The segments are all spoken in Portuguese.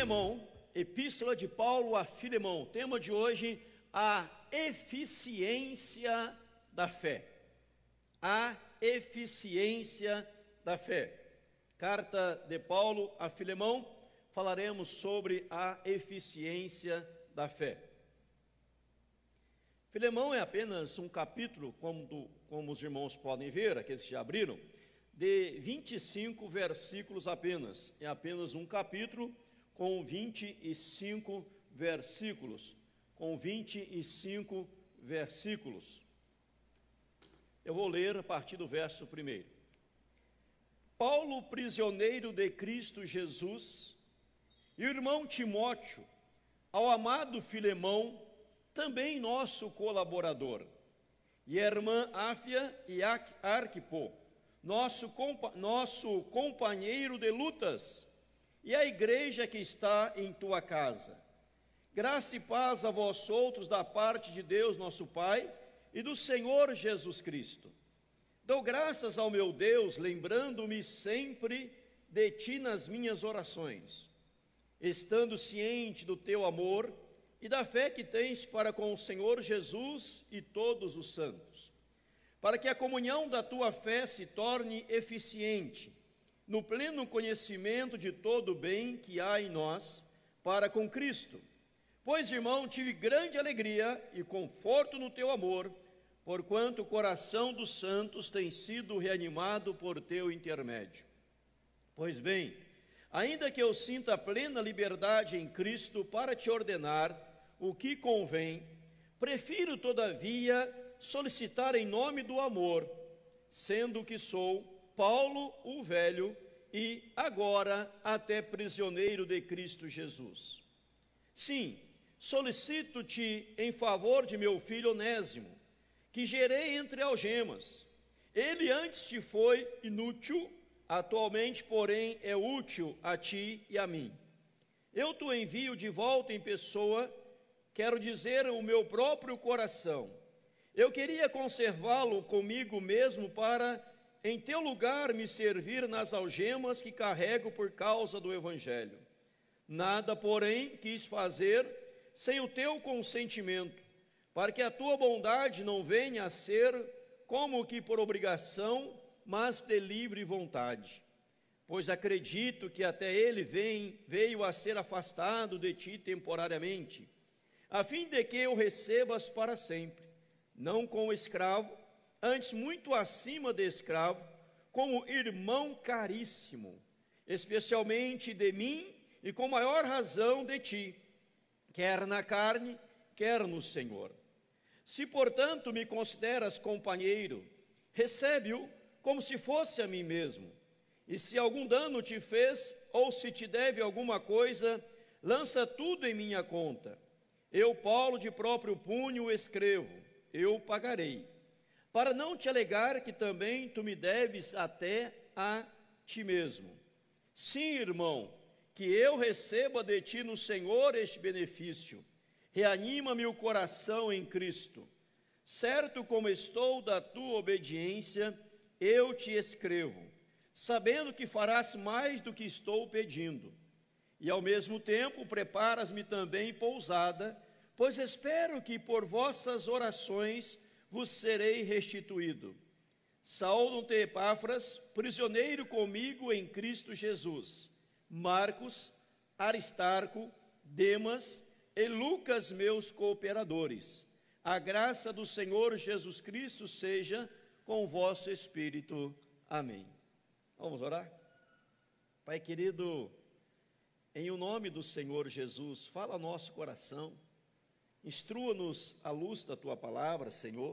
Filemão, Epístola de Paulo a Filemão. Tema de hoje, a eficiência da fé. A eficiência da fé. Carta de Paulo a Filemão, falaremos sobre a eficiência da fé. Filemão é apenas um capítulo, como os irmãos podem ver, aqueles que já abriram, de 25 versículos apenas. É apenas um capítulo com 25 versículos. Eu vou ler a partir do verso 1. Paulo, prisioneiro de Cristo Jesus, e o irmão Timóteo, ao amado Filemão, também nosso colaborador, e a irmã Áfia e Arquipo, nosso companheiro de lutas, e a igreja que está em tua casa. Graça e paz a vós outros da parte de Deus nosso Pai e do Senhor Jesus Cristo. Dou graças ao meu Deus, lembrando-me sempre de ti nas minhas orações, estando ciente do teu amor e da fé que tens para com o Senhor Jesus e todos os santos, para que a comunhão da tua fé se torne eficiente, no pleno conhecimento de todo o bem que há em nós, para com Cristo. Pois, irmão, tive grande alegria e conforto no teu amor, porquanto o coração dos santos tem sido reanimado por teu intermédio. Pois bem, ainda que eu sinta plena liberdade em Cristo para te ordenar o que convém, prefiro, todavia, solicitar em nome do amor, sendo que sou Paulo o velho e agora até prisioneiro de Cristo Jesus. Sim, solicito-te em favor de meu filho Onésimo, que gerei entre algemas. Ele antes te foi inútil, atualmente, porém, é útil a ti e a mim. Eu te envio de volta em pessoa, quero dizer, o meu próprio coração. Eu queria conservá-lo comigo mesmo para, em teu lugar, me servir nas algemas que carrego por causa do Evangelho. Nada, porém, quis fazer sem o teu consentimento, para que a tua bondade não venha a ser como que por obrigação, mas de livre vontade. Pois acredito que até ele veio a ser afastado de ti temporariamente, a fim de que eu recebas para sempre, não como escravo, antes muito acima de escravo, como irmão caríssimo, especialmente de mim e com maior razão de ti, quer na carne, quer no Senhor. Se, portanto, me consideras companheiro, recebe-o como se fosse a mim mesmo. E se algum dano te fez, ou se te deve alguma coisa, lança tudo em minha conta. Eu, Paulo, de próprio punho escrevo, eu pagarei, para não te alegar que também tu me deves até a ti mesmo. Sim, irmão, que eu receba de ti no Senhor este benefício. Reanima-me o coração em Cristo. Certo como estou da tua obediência, eu te escrevo, sabendo que farás mais do que estou pedindo. E ao mesmo tempo preparas-me também pousada, pois espero que por vossas orações vos serei restituído. Saúdo-te, Epáfras, prisioneiro comigo em Cristo Jesus, Marcos, Aristarco, Demas e Lucas, meus cooperadores. A graça do Senhor Jesus Cristo seja com o vosso espírito. Amém. Vamos orar? Pai querido, em o nome do Senhor Jesus, fala ao nosso coração, instrua-nos à luz da tua palavra, Senhor.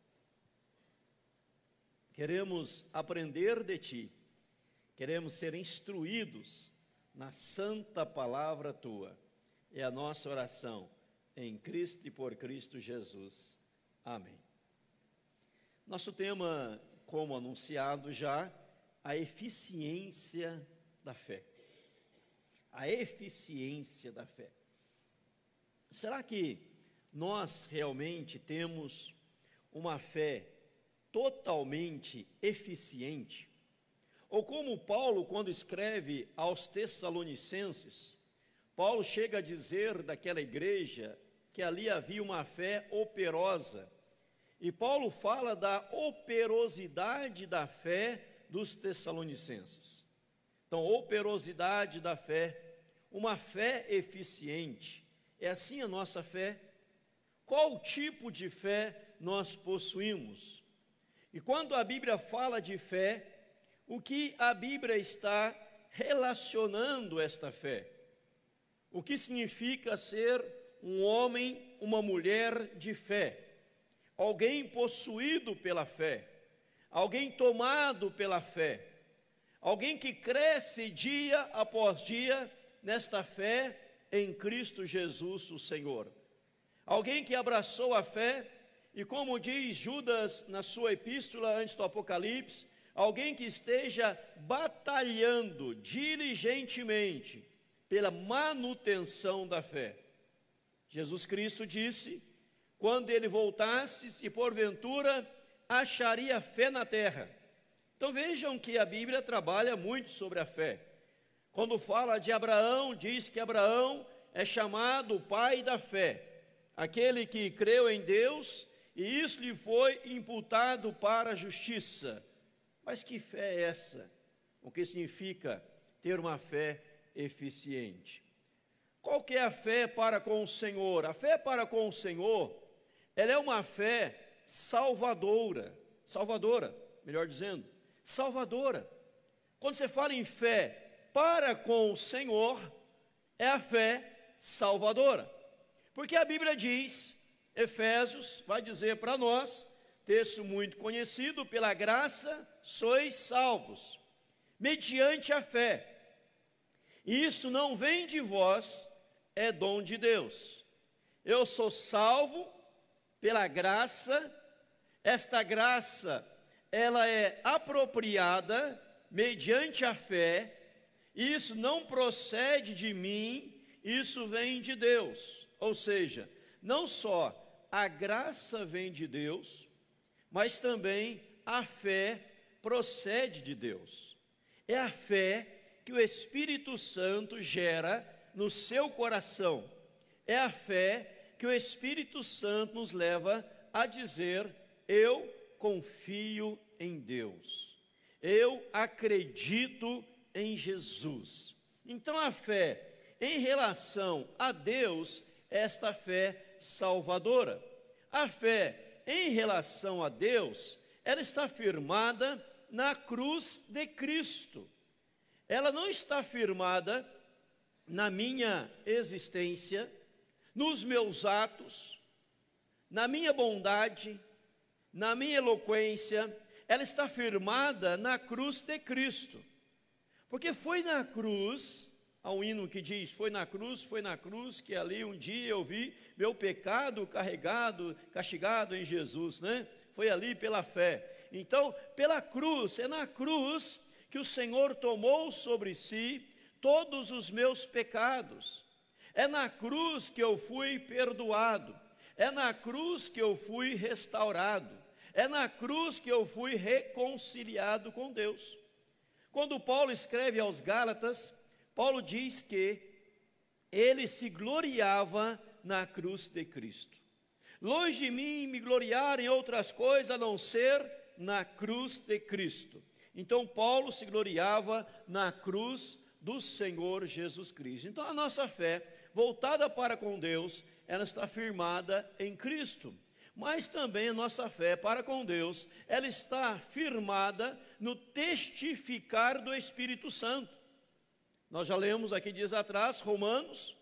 Queremos aprender de ti, queremos ser instruídos na santa palavra tua. É a nossa oração em Cristo e por Cristo Jesus. Amém. Nosso tema, como anunciado já, a eficiência da fé. A eficiência da fé. Será que nós realmente temos uma fé totalmente eficiente? Ou como Paulo, quando escreve aos Tessalonicenses, Paulo chega a dizer daquela igreja que ali havia uma fé operosa. E Paulo fala da operosidade da fé dos tessalonicenses. Então, operosidade da fé, uma fé eficiente. É assim a nossa fé? Qual tipo de fé nós possuímos? E quando a Bíblia fala de fé, o que a Bíblia está relacionando esta fé? O que significa ser um homem, uma mulher de fé? Alguém possuído pela fé, alguém tomado pela fé, alguém que cresce dia após dia nesta fé em Cristo Jesus, o Senhor. Alguém que abraçou a fé e, como diz Judas na sua epístola antes do Apocalipse, alguém que esteja batalhando diligentemente pela manutenção da fé. Jesus Cristo disse, quando ele voltasse, se porventura acharia fé na terra. Então vejam que a Bíblia trabalha muito sobre a fé. Quando fala de Abraão, diz que Abraão é chamado o pai da fé, aquele que creu em Deus e isso lhe foi imputado para a justiça. Mas que fé é essa? O que significa ter uma fé eficiente? Qual que é a fé para com o Senhor? A fé para com o Senhor, ela é uma fé salvadora, melhor dizendo, salvadora. Quando você fala em fé para com o Senhor, é a fé salvadora. Porque a Bíblia diz, Efésios vai dizer para nós, texto muito conhecido, pela graça sois salvos, mediante a fé. E isso não vem de vós, é dom de Deus. Eu sou salvo pela graça, esta graça, ela é apropriada mediante a fé, e isso não procede de mim, isso vem de Deus. Ou seja, não só a graça vem de Deus, mas também a fé procede de Deus. É a fé que o Espírito Santo gera no seu coração. É a fé que o Espírito Santo nos leva a dizer, eu confio em Deus. Eu acredito em Jesus. Então a fé em relação a Deus, esta fé salvadora. A fé em relação a Deus, ela está firmada na cruz de Cristo. Ela não está firmada na minha existência, nos meus atos, na minha bondade, na minha eloquência, ela está firmada na cruz de Cristo. Porque foi na cruz, há um hino que diz, foi na cruz, que ali um dia eu vi meu pecado carregado, castigado em Jesus, né? Foi ali pela fé. Então, pela cruz, é na cruz que o Senhor tomou sobre si todos os meus pecados. É na cruz que eu fui perdoado. É na cruz que eu fui restaurado. É na cruz que eu fui reconciliado com Deus. Quando Paulo escreve aos Gálatas, Paulo diz que ele se gloriava na cruz de Cristo. Longe de mim me gloriar em outras coisas a não ser na cruz de Cristo. Então Paulo se gloriava na cruz do Senhor Jesus Cristo. Então a nossa fé, voltada para com Deus, ela está firmada em Cristo. Mas também a nossa fé para com Deus, ela está firmada no testificar do Espírito Santo. Nós já lemos aqui dias atrás, Romanos,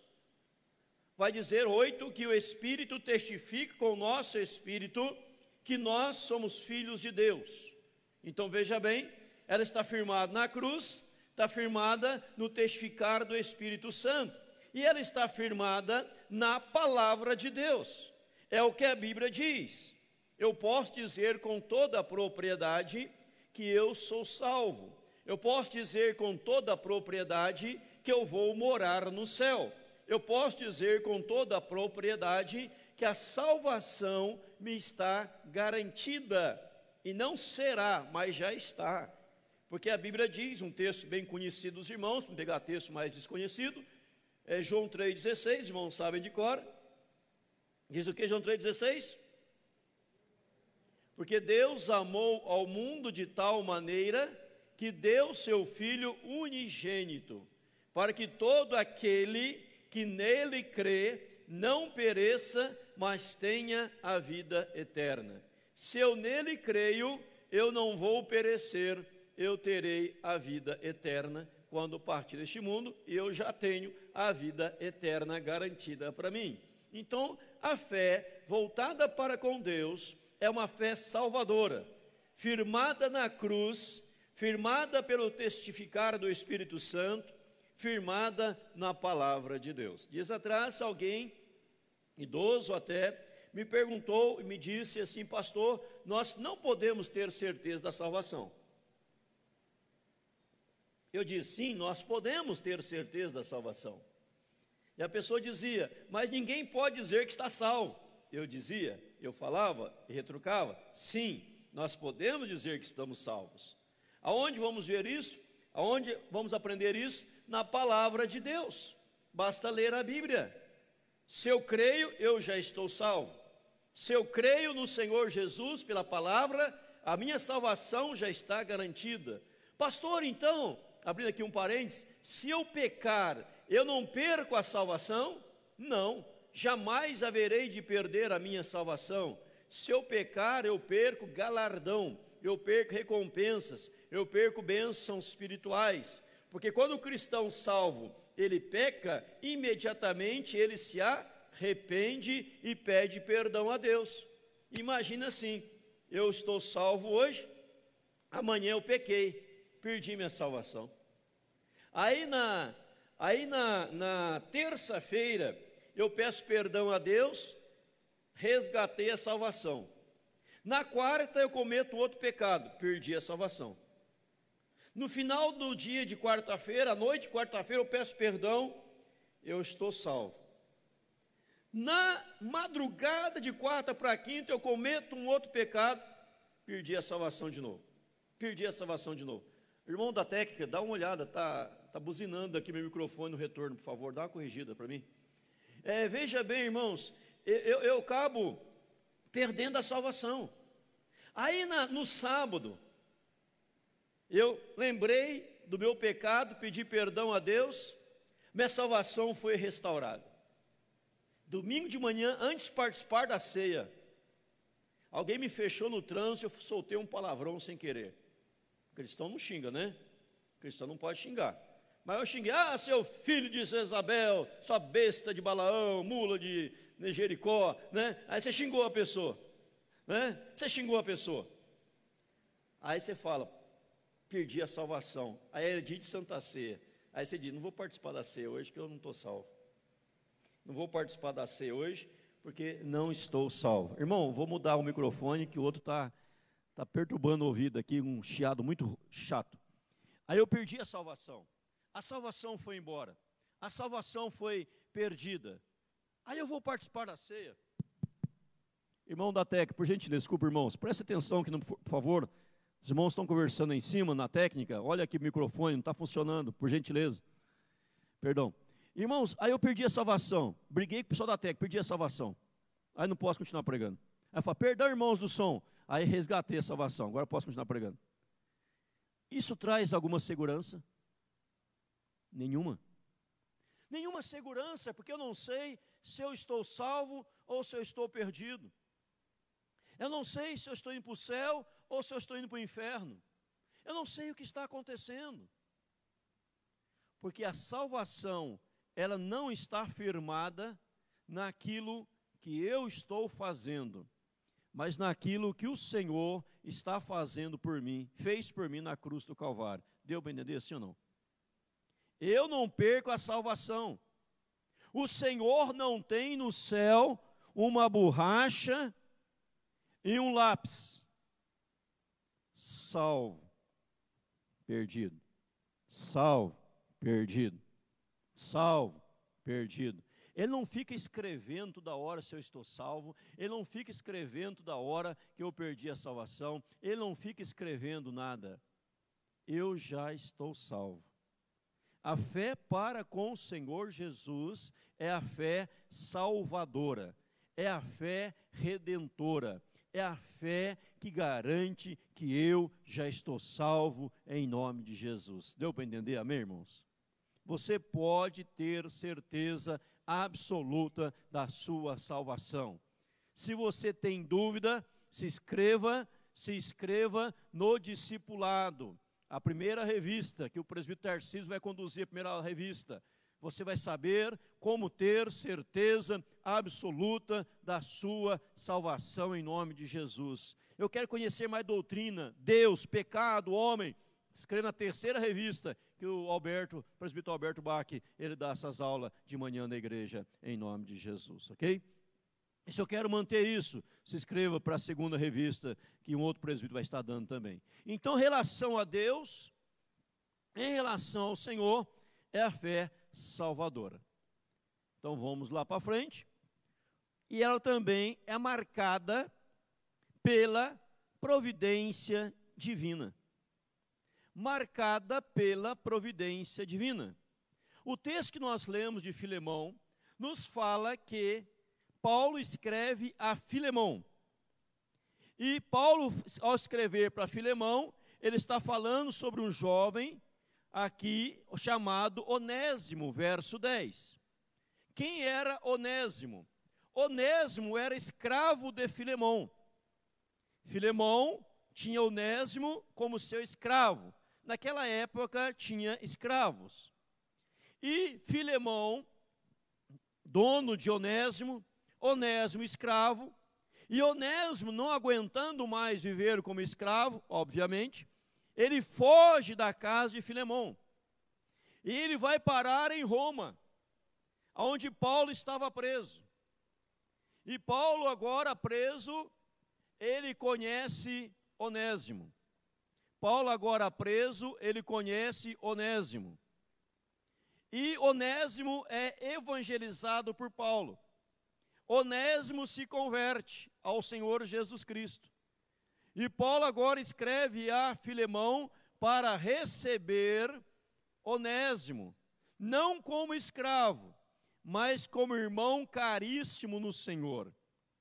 vai dizer 8, que o Espírito testifica com o nosso Espírito que nós somos filhos de Deus. Então veja bem, ela está firmada na cruz, está firmada no testificar do Espírito Santo, e ela está firmada na palavra de Deus. É o que a Bíblia diz. Eu posso dizer com toda a propriedade que eu sou salvo. Eu posso dizer com toda a propriedade que eu vou morar no céu. Eu posso dizer com toda a propriedade que a salvação me está garantida. E não será, mas já está. Porque a Bíblia diz, um texto bem conhecido dos irmãos, vamos pegar texto mais desconhecido, É João 3,16, irmãos sabem de cor. Diz o que João 3,16? Porque Deus amou ao mundo de tal maneira que deu seu Filho unigênito, para que todo aquele que nele crê não pereça, mas tenha a vida eterna. Se eu nele creio, eu não vou perecer, eu terei a vida eterna. Quando partir deste mundo, eu já tenho a vida eterna garantida para mim. Então, a fé voltada para com Deus é uma fé salvadora, firmada na cruz, firmada pelo testificar do Espírito Santo, firmada na palavra de Deus. Dias atrás, alguém, idoso até, me perguntou e me disse assim: pastor, nós não podemos ter certeza da salvação. Eu disse: sim, nós podemos ter certeza da salvação. E a pessoa dizia: mas ninguém pode dizer que está salvo. Eu dizia, eu falava e retrucava: sim, nós podemos dizer que estamos salvos. Aonde vamos ver isso? Aonde vamos aprender isso? Na palavra de Deus. Basta ler a Bíblia. Se eu creio, eu já estou salvo. Se eu creio no Senhor Jesus pela palavra, a minha salvação já está garantida. Pastor, então, abrindo aqui um parênteses, se eu pecar, eu não perco a salvação? Não, jamais haverei de perder a minha salvação. Se eu pecar, eu perco galardão, eu perco recompensas, eu perco bênçãos espirituais. Porque quando o cristão salvo, ele peca, imediatamente ele se arrepende e pede perdão a Deus. Imagina assim: eu estou salvo hoje, amanhã eu pequei, perdi minha salvação. Aí na terça-feira eu peço perdão a Deus, resgatei a salvação. Na quarta eu cometo outro pecado, perdi a salvação. No final do dia de quarta-feira, à noite de quarta-feira, eu peço perdão, eu estou salvo. Na madrugada de quarta para quinta eu cometo um outro pecado, perdi a salvação de novo. Perdi a salvação de novo. Irmão da técnica, dá uma olhada, tá buzinando aqui meu microfone no retorno, por favor, dá uma corrigida para mim. Veja bem, irmãos, eu acabo perdendo a salvação. Aí no sábado, eu lembrei do meu pecado, pedi perdão a Deus, minha salvação foi restaurada. Domingo de manhã, antes de participar da ceia, alguém me fechou no trânsito, eu soltei um palavrão sem querer. Cristão não xinga, né? Cristão não pode xingar. Mas eu xinguei: ah, seu filho de Jezabel, sua besta de Balaão, mula de Jericó, né? Aí você xingou a pessoa, né? Você xingou a pessoa. Aí você fala: perdi a salvação. Aí é dia de Santa Ceia. Aí você diz: não vou participar da ceia hoje, porque eu não estou salvo. Não vou participar da ceia hoje, porque não estou salvo. Irmão, vou mudar o microfone, que o outro está perturbando o ouvido aqui, um chiado muito chato. Aí eu perdi a salvação. A salvação foi embora. A salvação foi perdida. Aí eu vou participar da ceia. Irmão da técnica, por gentileza, desculpa, irmãos, preste atenção aqui, por favor. Os irmãos estão conversando em cima, na técnica. Olha aqui o microfone, não está funcionando, por gentileza. Perdão. Irmãos, aí eu perdi a salvação. Briguei com o pessoal da técnica, perdi a salvação. Aí não posso continuar pregando. Aí eu falo: perdão, irmãos do som. Aí resgatei a salvação, agora posso continuar pregando. Isso traz alguma segurança? Nenhuma. Nenhuma segurança, porque eu não sei se eu estou salvo ou se eu estou perdido. Eu não sei se eu estou indo para o céu ou se eu estou indo para o inferno. Eu não sei o que está acontecendo. Porque a salvação, ela não está firmada naquilo que eu estou fazendo, mas naquilo que o Senhor está fazendo por mim, fez por mim na cruz do Calvário. Deu para entender assim ou não? Eu não perco a salvação. O Senhor não tem no céu uma borracha e um lápis. Salvo, perdido. Salvo, perdido. Salvo, perdido. Ele não fica escrevendo toda hora se eu estou salvo. Ele não fica escrevendo toda hora que eu perdi a salvação. Ele não fica escrevendo nada. Eu já estou salvo. A fé para com o Senhor Jesus é a fé salvadora, é a fé redentora, é a fé que garante que eu já estou salvo em nome de Jesus. Deu para entender, amém, irmãos? Você pode ter certeza absoluta da sua salvação. Se você tem dúvida, se inscreva no discipulado. A primeira revista que o presbítero Tarcísio vai conduzir, a primeira revista, você vai saber como ter certeza absoluta da sua salvação em nome de Jesus. Eu quero conhecer mais doutrina, Deus, pecado, homem. Escreva na terceira revista que o presbítero Alberto Bach, ele dá essas aulas de manhã na igreja em nome de Jesus, ok? E se eu quero manter isso, se inscreva para a segunda revista, que um outro presbítero vai estar dando também. Então, em relação a Deus, em relação ao Senhor, é a fé salvadora. Então, vamos lá para frente. E ela também é marcada pela providência divina. Marcada pela providência divina. O texto que nós lemos de Filemão nos fala que Paulo escreve a Filemão. E Paulo, ao escrever para Filemão, ele está falando sobre um jovem aqui chamado Onésimo, verso 10. Quem era Onésimo? Onésimo era escravo de Filemão. Filemão tinha Onésimo como seu escravo. Naquela época tinha escravos. E Filemão, dono de Onésimo, Onésimo escravo, e Onésimo não aguentando mais viver como escravo, obviamente, ele foge da casa de Filemão, e ele vai parar em Roma, onde Paulo estava preso, e Paulo agora preso, ele conhece Onésimo, Paulo agora preso, ele conhece Onésimo, e Onésimo é evangelizado por Paulo. Onésimo se converte ao Senhor Jesus Cristo. E Paulo agora escreve a Filemão para receber Onésimo, não como escravo, mas como irmão caríssimo no Senhor.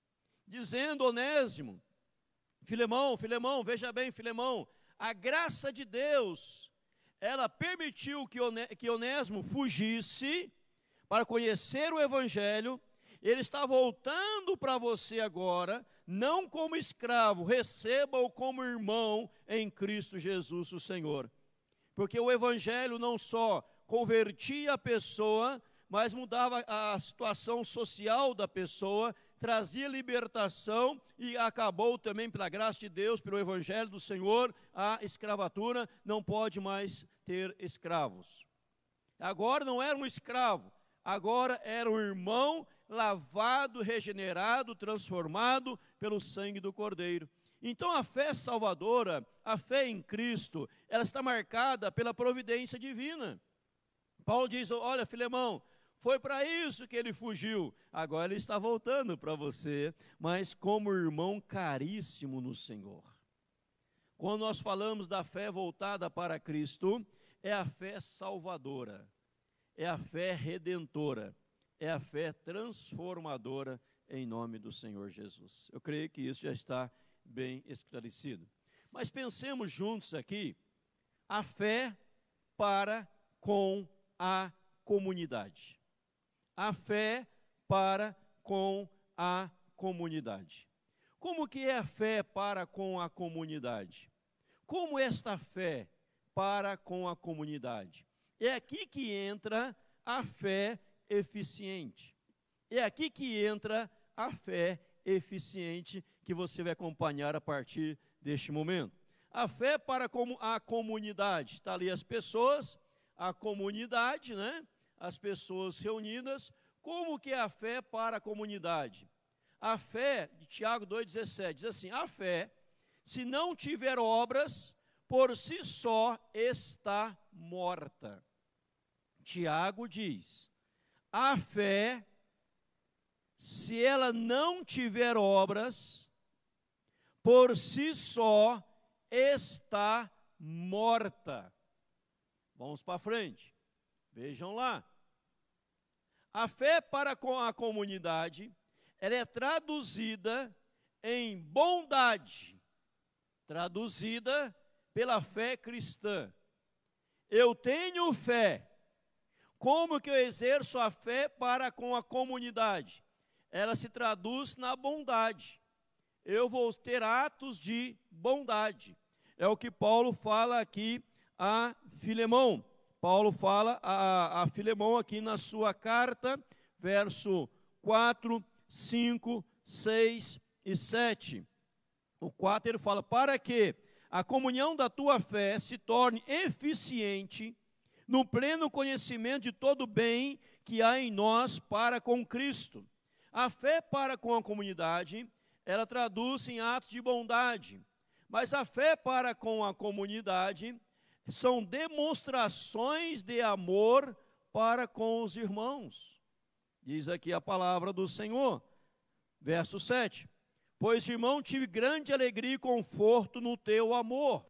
Dizendo Onésimo, Filemão, veja bem, Filemão, a graça de Deus, ela permitiu que Onésimo fugisse para conhecer o Evangelho. Ele está voltando para você agora, não como escravo, receba-o como irmão em Cristo Jesus, o Senhor. Porque o Evangelho não só convertia a pessoa, mas mudava a situação social da pessoa, trazia libertação e acabou também, pela graça de Deus, pelo Evangelho do Senhor, a escravatura não pode mais ter escravos. Agora não era um escravo, agora era um irmão lavado, regenerado, transformado pelo sangue do Cordeiro. Então a fé salvadora, a fé em Cristo, ela está marcada pela providência divina. Paulo diz, olha Filemão, foi para isso que ele fugiu, agora ele está voltando para você, mas como irmão caríssimo no Senhor. Quando nós falamos da fé voltada para Cristo, é a fé salvadora, é a fé redentora, é a fé transformadora em nome do Senhor Jesus. Eu creio que isso já está bem esclarecido. Mas pensemos juntos aqui, a fé para com a comunidade. A fé para com a comunidade. Como que é a fé para com a comunidade? Como esta fé para com a comunidade? É aqui que entra a fé eficiente. É aqui que entra a fé eficiente que você vai acompanhar a partir deste momento. A fé para com a comunidade. Está ali as pessoas, a comunidade, né? As pessoas reunidas. Como que é a fé para a comunidade? A fé, de Tiago 2,17, diz assim, a fé, se não tiver obras, por si só está morta. Tiago diz, a fé, se ela não tiver obras, por si só está morta. Vamos para frente. Vejam lá. A fé para com a comunidade, ela é traduzida em bondade, traduzida pela fé cristã. Eu tenho fé. Como que eu exerço a fé para com a comunidade? Ela se traduz na bondade. Eu vou ter atos de bondade. É o que Paulo fala aqui a Filemão. Paulo fala a Filemão aqui na sua carta, verso 4, 5, 6 e 7. O 4 ele fala, para que a comunhão da tua fé se torne eficiente no pleno conhecimento de todo o bem que há em nós para com Cristo. A fé para com a comunidade, ela traduz em atos de bondade, mas a fé para com a comunidade são demonstrações de amor para com os irmãos. Diz aqui a palavra do Senhor, verso 7. Pois, irmão, tive grande alegria e conforto no teu amor.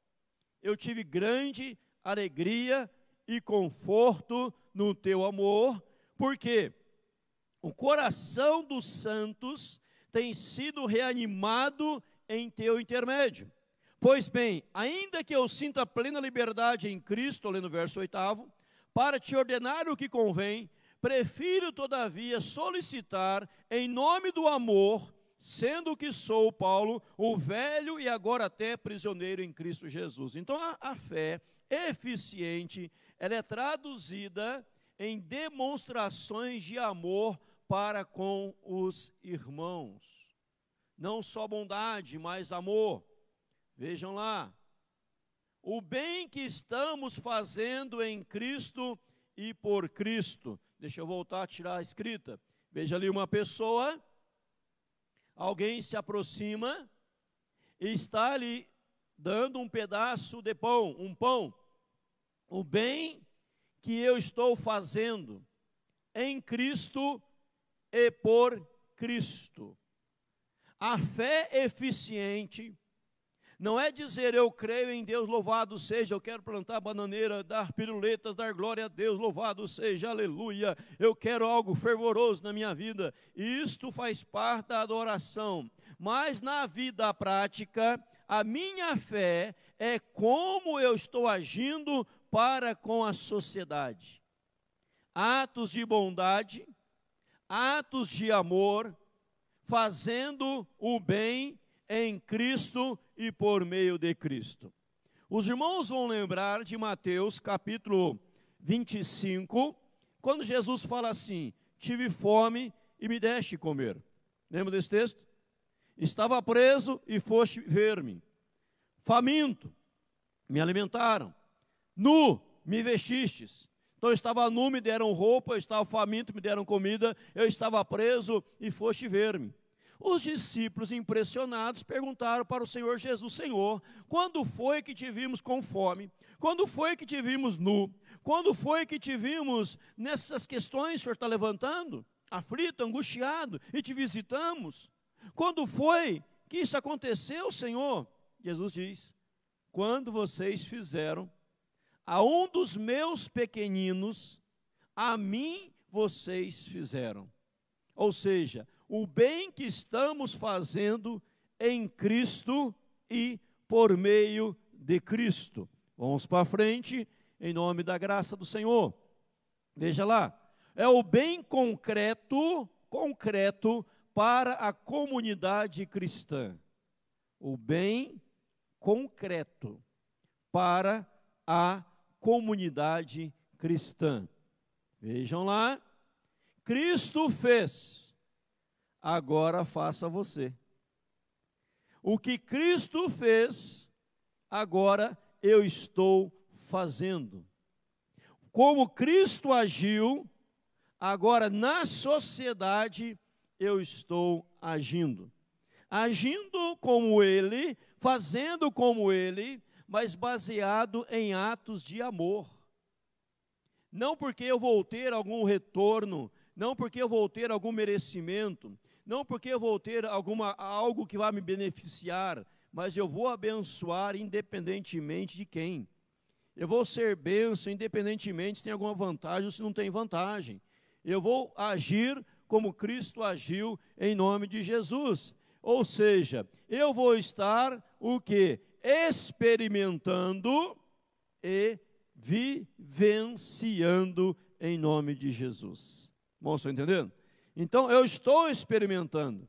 Eu tive grande alegria e conforto no teu amor, porque o coração dos santos tem sido reanimado em teu intermédio. Pois bem, ainda que eu sinta plena liberdade em Cristo, lendo o verso 8, para te ordenar o que convém, prefiro todavia solicitar em nome do amor, sendo que sou, Paulo, o velho e agora até prisioneiro em Cristo Jesus. Então a fé eficiente, ela é traduzida em demonstrações de amor para com os irmãos. Não só bondade, mas amor. Vejam lá, o bem que estamos fazendo em Cristo e por Cristo. Deixa eu voltar a tirar a escrita. Veja ali uma pessoa, alguém se aproxima e está ali dando um pedaço de pão, um pão. O bem que eu estou fazendo em Cristo e por Cristo. A fé eficiente não é dizer eu creio em Deus, louvado seja, eu quero plantar bananeira, dar piruletas, dar glória a Deus, louvado seja, aleluia, eu quero algo fervoroso na minha vida. Isto faz parte da adoração, mas na vida prática, a minha fé é como eu estou agindo para com a sociedade. Atos de bondade, atos de amor, fazendo o bem em Cristo e por meio de Cristo. Os irmãos vão lembrar de Mateus capítulo 25, quando Jesus fala assim, tive fome e me deste comer. Lembra desse texto? Estava preso e foste ver-me. Faminto, me alimentaram. Nu, me vestistes. Então eu estava nu, me deram roupa, eu estava faminto, me deram comida, eu estava preso e foste ver-me. Os discípulos, impressionados, perguntaram para o Senhor Jesus, Senhor, quando foi que te vimos com fome? Quando foi que te vimos nu? Quando foi que te vimos nessas questões, o Senhor está levantando, aflito, angustiado, e te visitamos? Quando foi que isso aconteceu, Senhor? Jesus diz, quando vocês fizeram a um dos meus pequeninos, a mim vocês fizeram. Ou seja, o bem que estamos fazendo em Cristo e por meio de Cristo. Vamos para frente, em nome da graça do Senhor. Veja lá, é o bem concreto para a comunidade cristã. O bem concreto para a comunidade cristã. Vejam lá, Cristo fez, agora faça você. O que Cristo fez, agora eu estou fazendo. Como Cristo agiu, agora na sociedade eu estou agindo. Agindo como Ele, fazendo como Ele, mas baseado em atos de amor. Não porque eu vou ter algum retorno, não porque eu vou ter algum merecimento, não porque eu vou ter algo que vai me beneficiar, mas eu vou abençoar independentemente de quem. Eu vou ser bênção independentemente se tem alguma vantagem ou se não tem vantagem. Eu vou agir como Cristo agiu em nome de Jesus. Ou seja, eu vou estar o quê? Experimentando e vivenciando em nome de Jesus. Irmãos, estão entendendo? Então, eu estou experimentando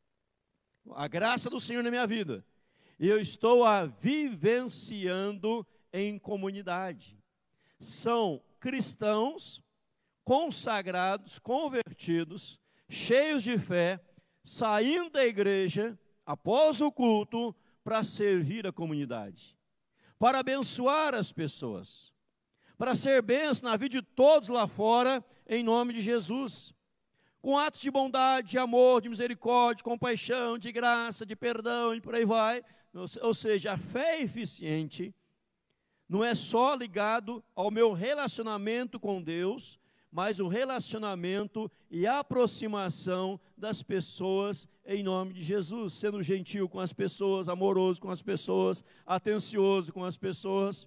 a graça do Senhor na minha vida. E eu estou vivenciando em comunidade. São cristãos consagrados, convertidos, cheios de fé, saindo da igreja após o culto para servir a comunidade, para abençoar as pessoas, para ser bênção na vida de todos lá fora, em nome de Jesus, com atos de bondade, de amor, de misericórdia, de compaixão, de graça, de perdão e por aí vai. Ou seja, a fé eficiente não é só ligado ao meu relacionamento com Deus, mas o relacionamento e a aproximação das pessoas em nome de Jesus, sendo gentil com as pessoas, amoroso com as pessoas, atencioso com as pessoas.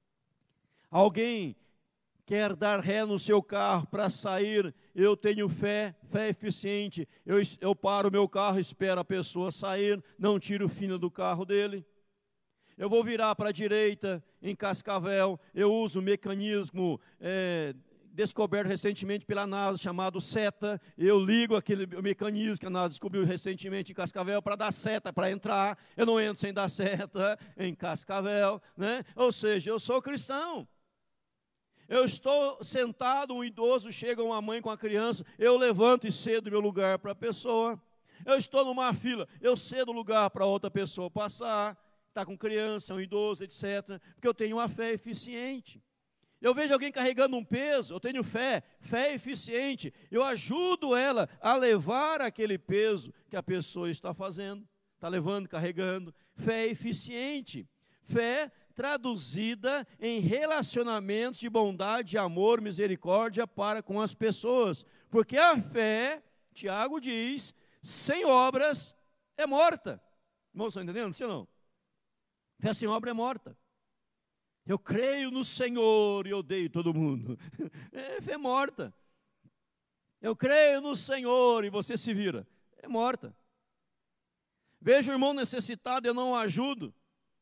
Alguém quer dar ré no seu carro para sair, eu tenho fé eficiente, eu paro o meu carro, espero a pessoa sair, não tiro o fino do carro dele. Eu vou virar para a direita em Cascavel, eu uso o mecanismo descoberto recentemente pela NASA, chamado seta. Eu ligo aquele mecanismo que a NASA descobriu recentemente em Cascavel para dar seta, para entrar. Eu não entro sem dar seta em Cascavel, né? Ou seja, eu sou cristão. Eu estou sentado, um idoso, chega uma mãe com a criança, eu levanto e cedo meu lugar para a pessoa. Eu estou numa fila, eu cedo o lugar para outra pessoa passar, está com criança, um idoso, etc., porque eu tenho uma fé eficiente. Eu vejo alguém carregando um peso, eu tenho fé eficiente, eu ajudo ela a levar aquele peso que a pessoa está fazendo, está levando, carregando. Fé eficiente, fé traduzida em relacionamentos de bondade, amor, misericórdia para com as pessoas, porque a fé, Tiago diz, sem obras é morta. Irmãos, estão entendendo? Sim ou não? Fé sem obra é morta. Eu creio no Senhor e odeio todo mundo. É fé morta. Eu creio no Senhor e você se vira. É morta. Vejo o irmão necessitado e eu não o ajudo,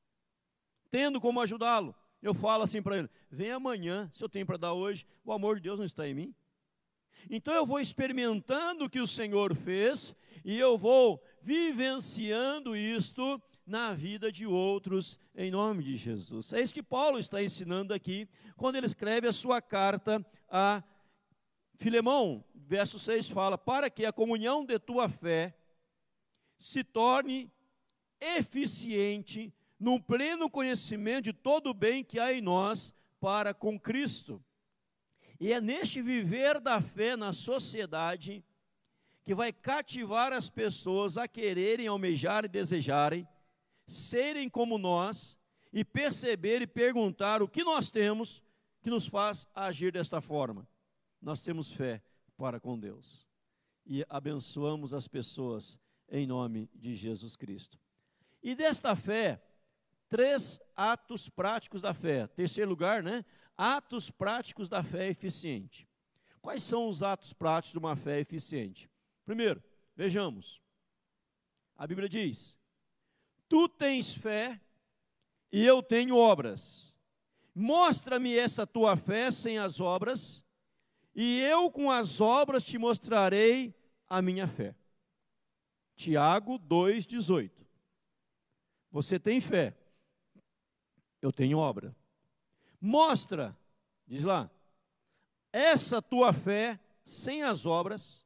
tendo como ajudá-lo. Eu falo assim para ele, vem amanhã, se eu tenho para dar hoje, o amor de Deus não está em mim. Então eu vou experimentando o que o Senhor fez e eu vou vivenciando isto na vida de outros, em nome de Jesus. É isso que Paulo está ensinando aqui, quando ele escreve a sua carta a Filemão. Verso 6 fala, para que a comunhão de tua fé se torne eficiente no pleno conhecimento de todo o bem que há em nós para com Cristo. E é neste viver da fé na sociedade que vai cativar as pessoas a quererem, almejarem, desejarem, serem como nós e perceber e perguntar o que nós temos que nos faz agir desta forma. Nós temos fé para com Deus e abençoamos as pessoas em nome de Jesus Cristo. E desta fé, 3 atos práticos da fé. Terceiro lugar, né? Atos práticos da fé eficiente. Quais são os atos práticos de uma fé eficiente? Primeiro, vejamos. A Bíblia diz, tu tens fé e eu tenho obras. Mostra-me essa tua fé sem as obras, e eu com as obras te mostrarei a minha fé. Tiago 2,18. Você tem fé, eu tenho obra. Mostra, diz lá, essa tua fé sem as obras,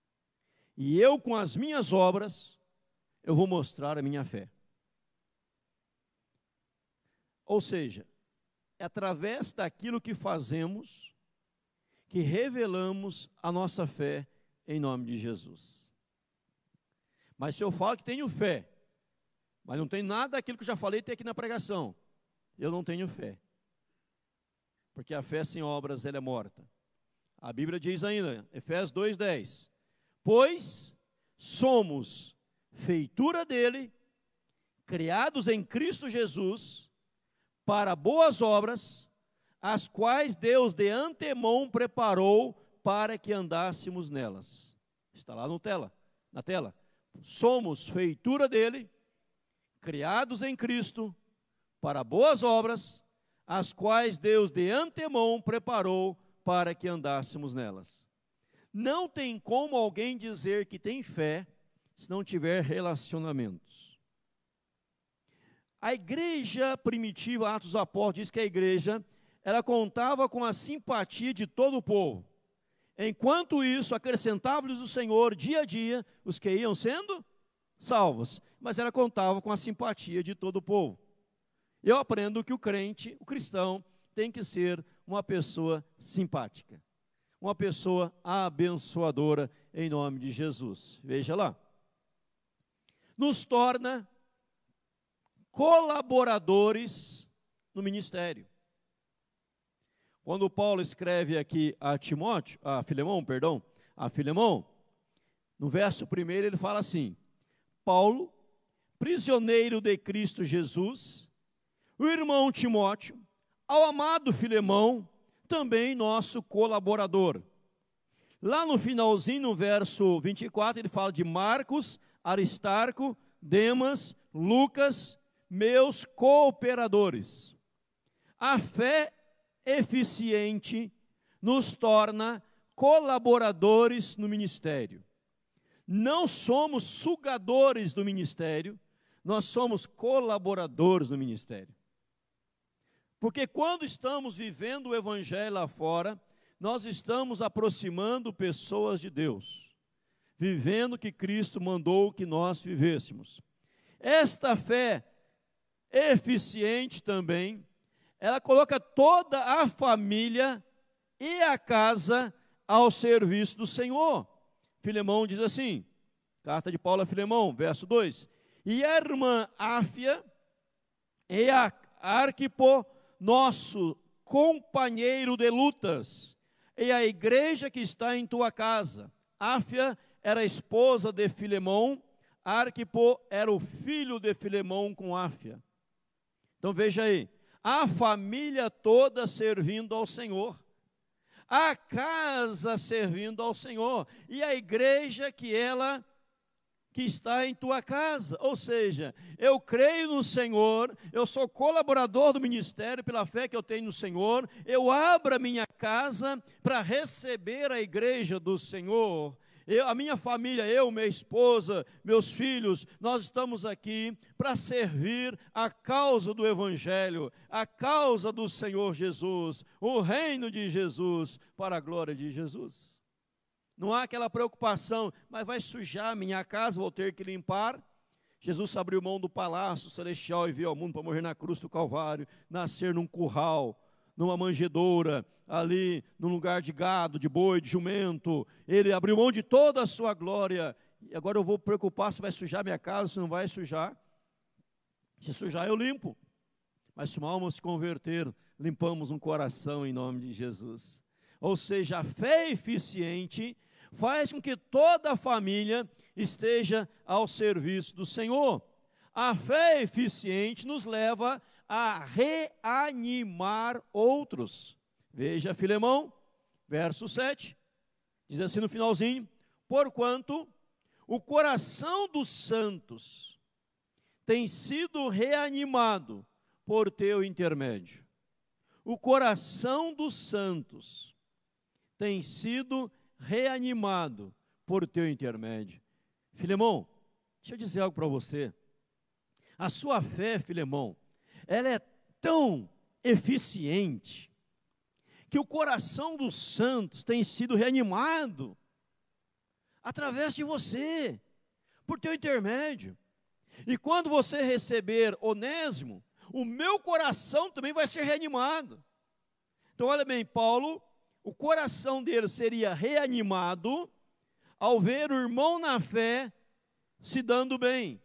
e eu com as minhas obras, eu vou mostrar a minha fé. Ou seja, é através daquilo que fazemos que revelamos a nossa fé em nome de Jesus. Mas se eu falo que tenho fé, mas não tem nada daquilo que eu já falei tem aqui na pregação, eu não tenho fé. Porque a fé sem obras ela é morta. A Bíblia diz ainda, Efésios 2,10, pois somos feitura dele, criados em Cristo Jesus, para boas obras, as quais Deus de antemão preparou para que andássemos nelas. Está lá na tela. Somos feitura dele, criados em Cristo, para boas obras, as quais Deus de antemão preparou para que andássemos nelas. Não tem como alguém dizer que tem fé se não tiver relacionamentos. A igreja primitiva, Atos dos Apóstolos, diz que a igreja, ela contava com a simpatia de todo o povo. Enquanto isso, acrescentava-lhes o Senhor, dia a dia, os que iam sendo salvos. Mas ela contava com a simpatia de todo o povo. Eu aprendo que o crente, o cristão, tem que ser uma pessoa simpática. Uma pessoa abençoadora, em nome de Jesus. Veja lá. Nos torna colaboradores no ministério. Quando Paulo escreve aqui a Filemão, no verso 1 ele fala assim: Paulo, prisioneiro de Cristo Jesus, o irmão Timóteo, ao amado Filemão, também nosso colaborador. Lá no finalzinho, no verso 24, ele fala de Marcos, Aristarco, Demas, Lucas, meus cooperadores. A fé eficiente nos torna colaboradores no ministério. Não somos sugadores do ministério, nós somos colaboradores no ministério. Porque quando estamos vivendo o evangelho lá fora, nós estamos aproximando pessoas de Deus, vivendo o que Cristo mandou que nós vivêssemos. Esta fé eficiente também, ela coloca toda a família e a casa ao serviço do Senhor. Filemão diz assim, carta de Paulo a Filemão, verso 2, e a irmã Áfia e a Arquipo, nosso companheiro de lutas, e a igreja que está em tua casa. Áfia era esposa de Filemão, Arquipo era o filho de Filemão com Áfia. Então veja aí, a família toda servindo ao Senhor, a casa servindo ao Senhor, e a igreja que está em tua casa. Ou seja, eu creio no Senhor, eu sou colaborador do ministério pela fé que eu tenho no Senhor, eu abro a minha casa para receber a igreja do Senhor. A minha família, minha esposa, meus filhos, nós estamos aqui para servir a causa do Evangelho, a causa do Senhor Jesus, o reino de Jesus, para a glória de Jesus. Não há aquela preocupação, mas vai sujar minha casa, vou ter que limpar. Jesus abriu mão do palácio celestial e veio ao mundo para morrer na cruz do Calvário, nascer num curral, numa manjedoura, ali num lugar de gado, de boi, de jumento. Ele abriu mão de toda a sua glória. E agora eu vou preocupar se vai sujar minha casa, se não vai sujar. Se sujar eu limpo. Mas se uma alma se converter, limpamos um coração em nome de Jesus. Ou seja, a fé eficiente faz com que toda a família esteja ao serviço do Senhor. A fé eficiente nos leva a reanimar outros. Veja Filemão, verso 7, diz assim no finalzinho: porquanto o coração dos santos tem sido reanimado por teu intermédio. O coração dos santos tem sido reanimado por teu intermédio. Filemão, deixa eu dizer algo para você. A sua fé, Filemão, ela é tão eficiente que o coração dos santos tem sido reanimado através de você, por teu intermédio. E quando você receber Onésimo, o meu coração também vai ser reanimado. Então olha bem, Paulo, o coração dele seria reanimado ao ver o irmão na fé se dando bem.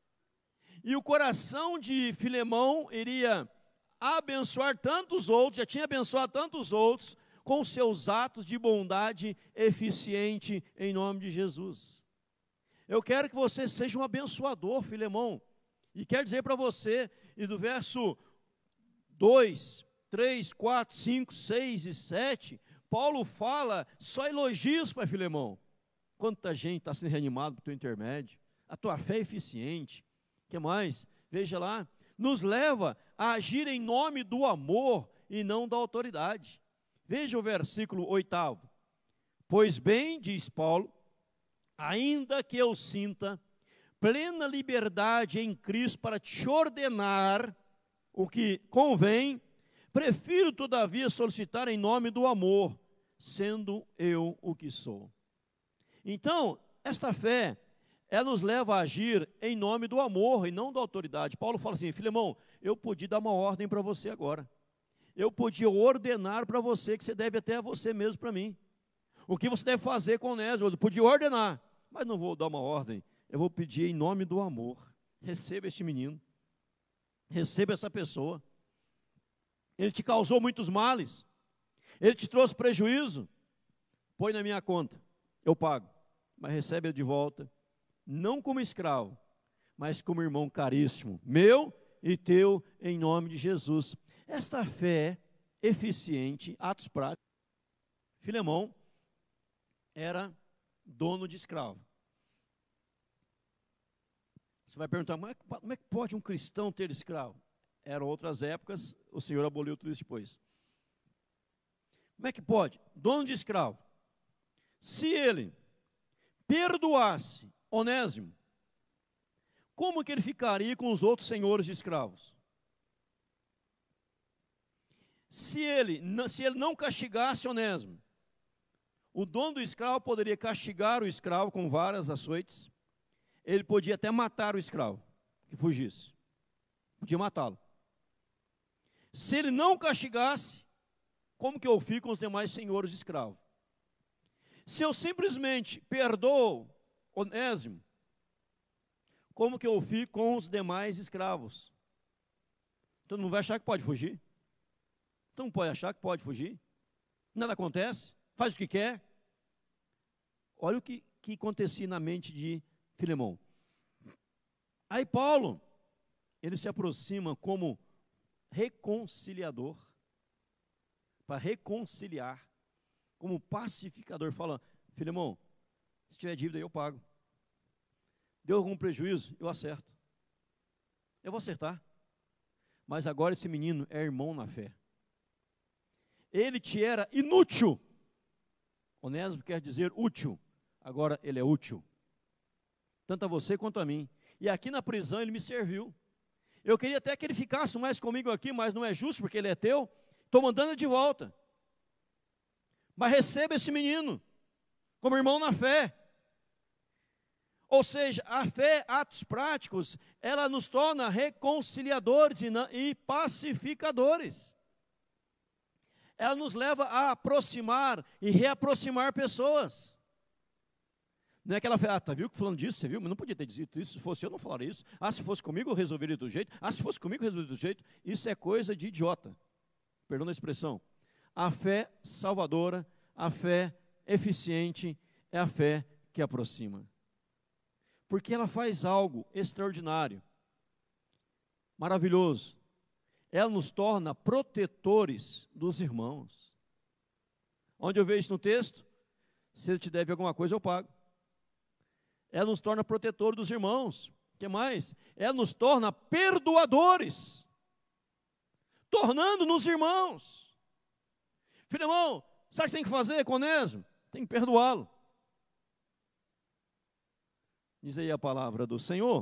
E o coração de Filemão iria abençoar tantos outros, já tinha abençoado tantos outros, com seus atos de bondade eficiente em nome de Jesus. Eu quero que você seja um abençoador, Filemão. E quero dizer para você, e do verso 2 3, 4, 5, 6 e 7, Paulo fala só elogios para Filemão. Quanta gente está sendo reanimado por teu intermédio, a tua fé é eficiente. O que mais? Veja lá, nos leva a agir em nome do amor e não da autoridade. Veja o versículo 8. Pois bem, diz Paulo, ainda que eu sinta plena liberdade em Cristo para te ordenar o que convém, prefiro todavia solicitar em nome do amor, sendo eu o que sou. Então, esta fé, ela nos leva a agir em nome do amor e não da autoridade. Paulo fala assim: Filemão, eu podia dar uma ordem para você agora. Eu podia ordenar para você que você deve até a você mesmo para mim. O que você deve fazer com Onésimo, eu podia ordenar, mas não vou dar uma ordem. Eu vou pedir em nome do amor. Receba este menino. Receba essa pessoa. Ele te causou muitos males. Ele te trouxe prejuízo. Põe na minha conta. Eu pago. Mas recebe ele de volta. Não como escravo, mas como irmão caríssimo. Meu e teu, em nome de Jesus. Esta fé eficiente, atos práticos. Filemão era dono de escravo. Você vai perguntar, mas como é que pode um cristão ter escravo? Eram outras épocas, o Senhor aboliu tudo isso depois. Como é que pode? Dono de escravo. Se ele perdoasse Onésimo, como que ele ficaria com os outros senhores de escravos? Se ele não castigasse Onésimo, o dono do escravo poderia castigar o escravo com várias açoites. Ele podia até matar o escravo que fugisse. Podia matá-lo. Se ele não castigasse, como que eu fico com os demais senhores de escravo? Se eu simplesmente perdoo Onésimo, como que eu fico com os demais escravos? Então não vai achar que pode fugir? Então não pode achar que pode fugir? Nada acontece? Faz o que quer? Olha o que acontecia na mente de Filemão. Aí Paulo, ele se aproxima como reconciliador, para reconciliar, como pacificador, fala: Filemão, se tiver dívida eu pago. Deu algum prejuízo? Eu acerto. Eu vou acertar. Mas agora esse menino é irmão na fé. Ele te era inútil. Onésimo quer dizer útil. Agora ele é útil. Tanto a você quanto a mim. E aqui na prisão ele me serviu. Eu queria até que ele ficasse mais comigo aqui, mas não é justo porque ele é teu. Estou mandando ele de volta. Mas receba esse menino como irmão na fé. Ou seja, a fé, atos práticos, ela nos torna reconciliadores e pacificadores. Ela nos leva a aproximar e reaproximar pessoas. Não é aquela fé, tá, viu que falando disso, você viu? Mas não podia ter dito isso, se fosse eu não falaria isso. Se fosse comigo eu resolveria do jeito. Se fosse comigo eu resolveria do jeito. Isso é coisa de idiota. Perdão a expressão. A fé salvadora, a fé eficiente, é a fé que aproxima. Porque ela faz algo extraordinário, maravilhoso. Ela nos torna protetores dos irmãos. Onde eu vejo isso no texto? Se ele te deve alguma coisa, eu pago. Ela nos torna protetores dos irmãos. O que mais? Ela nos torna perdoadores, tornando-nos irmãos. Filemão, sabe o que você tem que fazer com Onésimo? Tem que perdoá-lo. Diz aí a palavra do Senhor.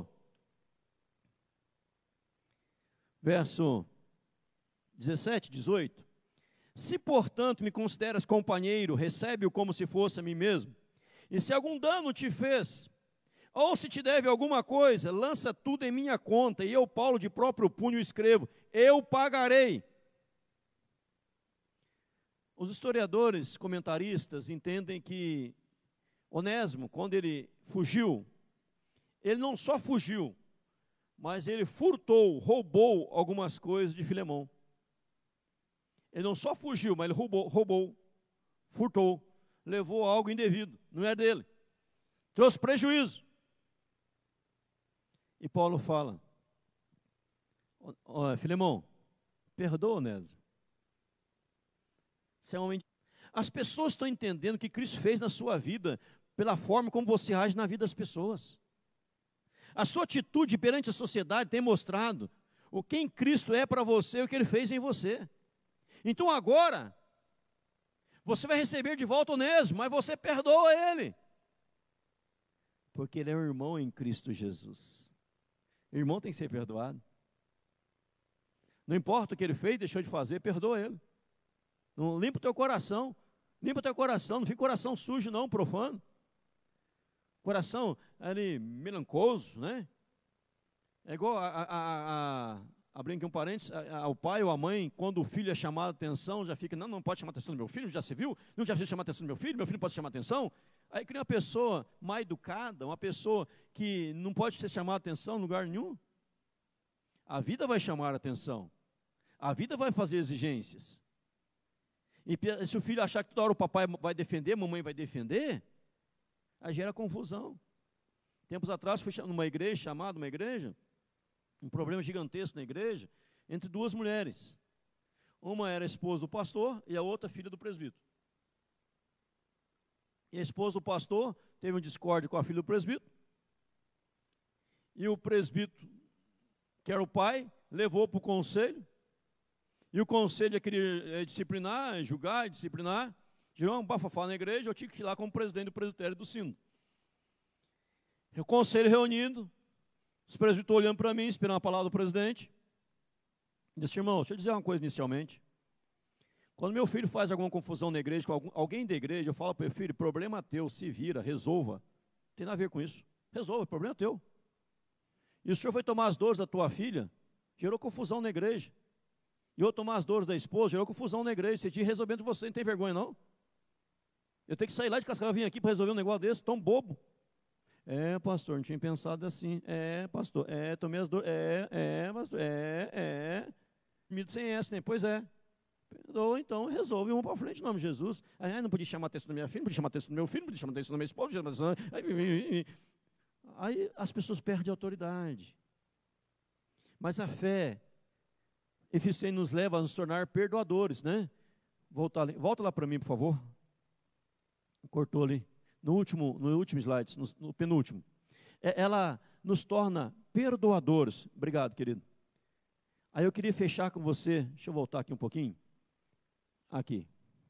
Verso 17, 18. Se, portanto, me consideras companheiro, recebe-o como se fosse a mim mesmo. E se algum dano te fez, ou se te deve alguma coisa, lança tudo em minha conta, e eu, Paulo, de próprio punho escrevo, eu pagarei. Os historiadores, comentaristas, entendem que Onésimo, quando ele fugiu, ele não só fugiu, mas ele furtou, roubou algumas coisas de Filemão. Ele não só fugiu, mas ele roubou, furtou, levou algo indevido, não é dele. Trouxe prejuízo. E Paulo fala: Filemão, perdoa Onésimo. Você é um homem. As pessoas estão entendendo o que Cristo fez na sua vida, pela forma como você age na vida das pessoas. A sua atitude perante a sociedade tem mostrado o quem Cristo é para você e o que Ele fez em você. Então agora, você vai receber de volta Onésimo, mas você perdoa ele. Porque ele é um irmão em Cristo Jesus. O irmão tem que ser perdoado. Não importa o que ele fez, deixou de fazer, perdoa ele. Não limpa o teu coração. Limpa o teu coração, não fica coração sujo não, profano. Coração ali melancoso, né? É igual abrindo aqui um parênteses, o pai ou a mãe, quando o filho é chamado a atenção, já fica, não pode chamar a atenção do meu filho, já se viu? Não já precisa chamar a atenção do meu filho não pode chamar a atenção? Aí cria uma pessoa mal educada, uma pessoa que não pode ser chamada a atenção em lugar nenhum. A vida vai chamar a atenção. A vida vai fazer exigências. E se o filho achar que toda hora o papai vai defender, a mamãe vai defender, aí gera confusão. Tempos atrás fui numa igreja, chamada uma igreja, um problema gigantesco na igreja, entre duas mulheres. Uma era a esposa do pastor e a outra filha do presbítero. E a esposa do pastor teve um discórdia com a filha do presbítero. E o presbítero, que era o pai, levou para o conselho. E o conselho queria disciplinar, julgar e disciplinar. Gerou um bafafá na igreja, eu tinha que ir lá como presidente do presbitério do sino. O conselho reunido, os presbíteros olhando para mim, esperando a palavra do presidente. Disse, irmão, deixa eu dizer uma coisa inicialmente. Quando meu filho faz alguma confusão na igreja, com alguém da igreja, eu falo para ele, filho, problema teu, se vira, resolva. Não tem nada a ver com isso. Resolva, problema teu. E o senhor foi tomar as dores da tua filha, gerou confusão na igreja. E eu tomar as dores da esposa, gerou confusão na igreja. Você tinha resolvendo você, não tem vergonha não? Eu tenho que sair lá de Cascavel, vim aqui para resolver um negócio desse, tão bobo. É, pastor, não tinha pensado assim. É, pastor, tomei as dores. Pastor, Medo sem essa, né? Pois é. Perdoa, então, resolve, vamos para frente, em nome de Jesus. Aí não podia chamar a atenção da minha filha, não podia chamar a atenção do meu filho, não podia chamar a atenção da minha esposa, não podia chamar a atenção... Aí as pessoas perdem a autoridade. Mas a fé eficiente nos leva a nos tornar perdoadores, né? Volta lá para mim, por favor. Cortou ali. No último slide, no penúltimo. Ela nos torna perdoadores. Obrigado, querido. Aí eu queria fechar com você, deixa eu voltar aqui um pouquinho. Aqui.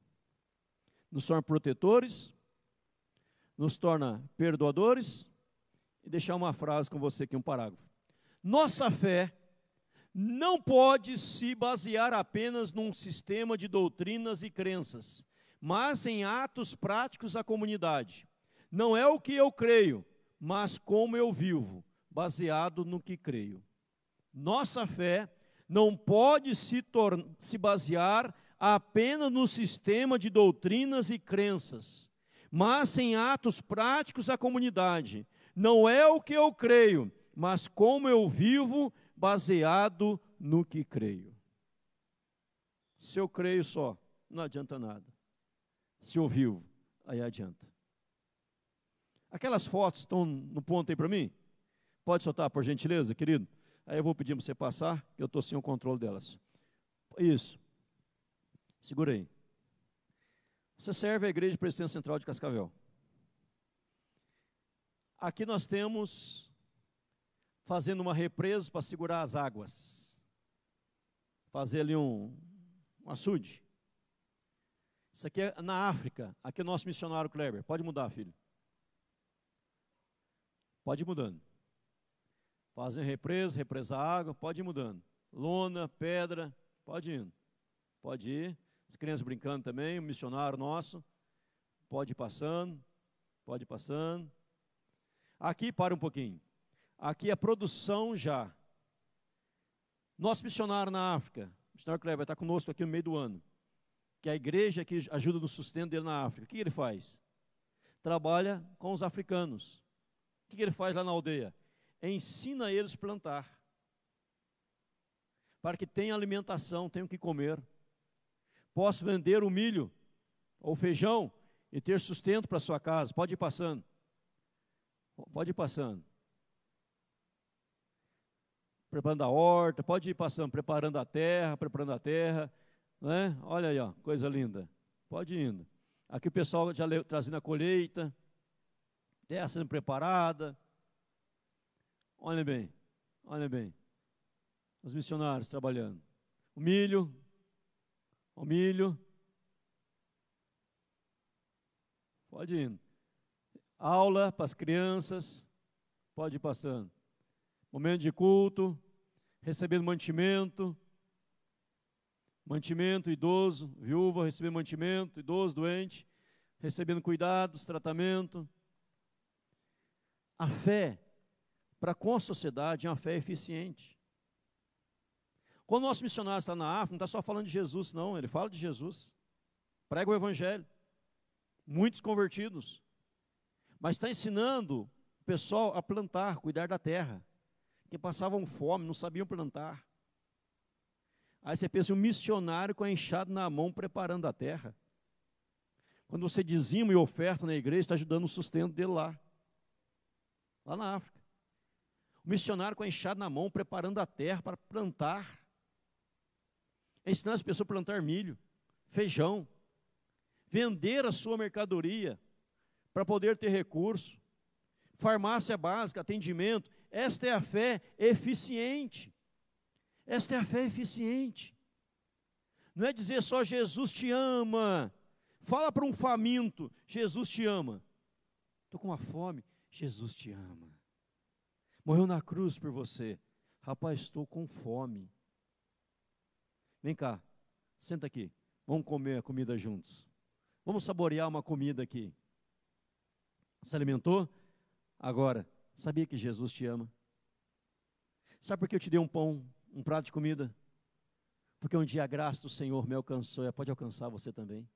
Nos torna protetores, nos torna perdoadores, e deixar uma frase com você aqui, um parágrafo. Nossa fé não pode se basear apenas num sistema de doutrinas e crenças, mas em atos práticos à comunidade. Não é o que eu creio, mas como eu vivo, baseado no que creio. Nossa fé não pode se basear apenas no sistema de doutrinas e crenças, mas em atos práticos à comunidade. Não é o que eu creio, mas como eu vivo, baseado no que creio. Se eu creio só, não adianta nada. Se eu vivo, aí adianta. Aquelas fotos estão no ponto aí para mim? Pode soltar, por gentileza, querido? Aí eu vou pedir para você passar, que eu estou sem o controle delas. Isso. Segura aí. Você serve a Igreja Presbiteriana Central de Cascavel. Aqui nós temos, fazendo uma represa para segurar as águas. Fazer ali um açude. Isso aqui é na África. Aqui é o nosso missionário Kleber. Pode mudar, filho. Pode ir mudando. Fazem represa água, pode ir mudando. Lona, pedra, pode ir indo. Pode ir. As crianças brincando também, o missionário nosso. Pode ir passando, pode ir passando. Aqui, para um pouquinho. Aqui é a produção já. Nosso missionário na África, o missionário Kleber, vai estar conosco aqui no meio do ano. Que é a igreja que ajuda no sustento dele na África. O que ele faz? Trabalha com os africanos. O que ele faz lá na aldeia? Ensina eles a plantar. Para que tenham alimentação, tenham o que comer. Posso vender o milho ou feijão e ter sustento para a sua casa. Pode ir passando. Pode ir passando. Preparando a horta, pode ir passando, preparando a terra, né? Olha aí, ó, coisa linda. Pode ir indo. Aqui o pessoal já trazendo a colheita, terra sendo preparada. Olhem bem, olhem bem. Os missionários trabalhando. O milho. Pode ir indo. Aula para as crianças. Pode ir passando. Momento de culto. Recebendo mantimento. Mantimento, idoso, viúva, recebendo mantimento, idoso, doente, recebendo cuidados, tratamento. A fé, para com a sociedade, é uma fé eficiente. Quando o nosso missionário está na África, não está só falando de Jesus, não, ele fala de Jesus. Prega o Evangelho. Muitos convertidos. Mas está ensinando o pessoal a plantar, cuidar da terra. Porque passavam fome, não sabiam plantar. Aí você pensa, um missionário com a enxada na mão, preparando a terra. Quando você dizima e oferta na igreja, está ajudando o sustento dele lá na África. O missionário com a enxada na mão, preparando a terra para plantar. Ensinando as pessoas a plantar milho, feijão, vender a sua mercadoria, para poder ter recurso. Farmácia básica, atendimento. Esta é a fé eficiente. Esta é a fé eficiente. Não é dizer só Jesus te ama. Fala para um faminto, Jesus te ama. Estou com uma fome, Jesus te ama. Morreu na cruz por você. Rapaz, estou com fome. Vem cá, senta aqui. Vamos comer a comida juntos. Vamos saborear uma comida aqui. Se alimentou? Agora, sabia que Jesus te ama? Sabe por que eu te dei um pão, um prato de comida? Porque um dia a graça do Senhor me alcançou e pode alcançar você também.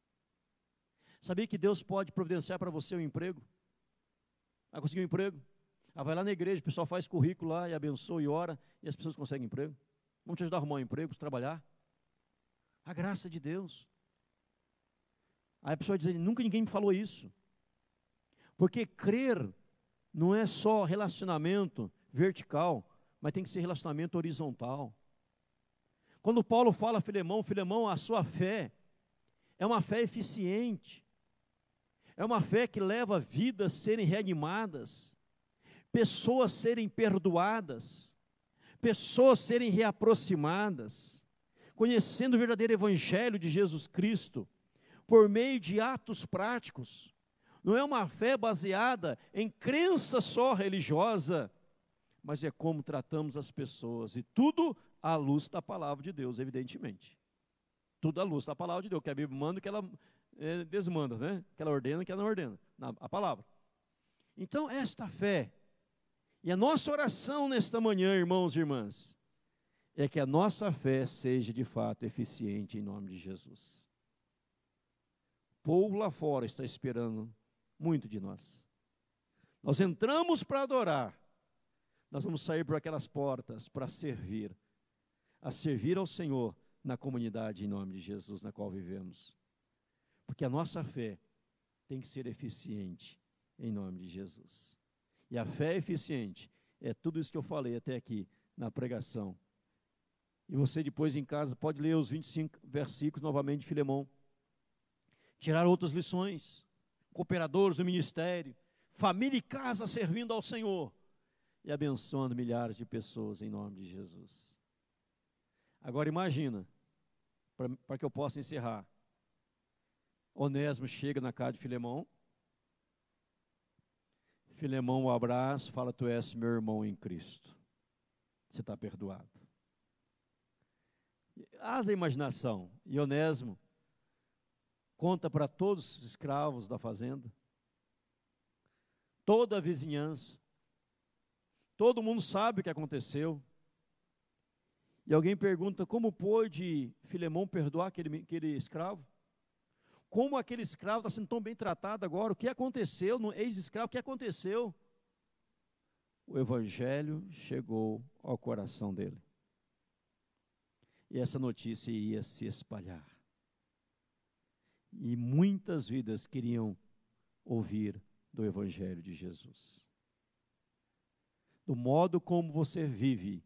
Sabia que Deus pode providenciar para você um emprego? Vai conseguir um emprego? Vai lá na igreja, o pessoal faz currículo lá e abençoa e ora, e as pessoas conseguem emprego. Vamos te ajudar a arrumar um emprego, trabalhar. A graça de Deus. Aí a pessoa diz, nunca ninguém me falou isso. Porque crer não é só relacionamento vertical, mas tem que ser relacionamento horizontal. Quando Paulo fala a Filemão, Filemão, a sua fé é uma fé eficiente. É uma fé que leva vidas a serem reanimadas, pessoas serem perdoadas, pessoas serem reaproximadas, conhecendo o verdadeiro evangelho de Jesus Cristo, por meio de atos práticos. Não é uma fé baseada em crença só religiosa, mas é como tratamos as pessoas, e tudo à luz da palavra de Deus, evidentemente. Tudo à luz da palavra de Deus, que a Bíblia manda, que ela desmanda, né? Que ela ordena, que ela não ordena, a palavra. Então, esta fé, e a nossa oração nesta manhã, irmãos e irmãs, é que a nossa fé seja de fato eficiente em nome de Jesus. O povo lá fora está esperando muito de nós. Nós entramos para adorar, nós vamos sair por aquelas portas para servir, a servir ao Senhor na comunidade em nome de Jesus, na qual vivemos. Porque a nossa fé tem que ser eficiente em nome de Jesus. E a fé eficiente é tudo isso que eu falei até aqui na pregação. E você depois em casa pode ler os 25 versículos novamente de Filemão. Tirar outras lições. Cooperadores do ministério. Família e casa servindo ao Senhor. E abençoando milhares de pessoas em nome de Jesus. Agora imagina, para que eu possa encerrar. Onésimo chega na casa de Filemão. Filemão o abraça, fala, tu és meu irmão em Cristo. Você está perdoado. Asa a imaginação. E Onésimo conta para todos os escravos da fazenda, toda a vizinhança, todo mundo sabe o que aconteceu. E alguém pergunta, como pôde Filemão perdoar aquele escravo? Como aquele escravo está sendo tão bem tratado agora? O que aconteceu no ex-escravo? O que aconteceu? O evangelho chegou ao coração dele. E essa notícia ia se espalhar. E muitas vidas queriam ouvir do evangelho de Jesus. Do modo como você vive,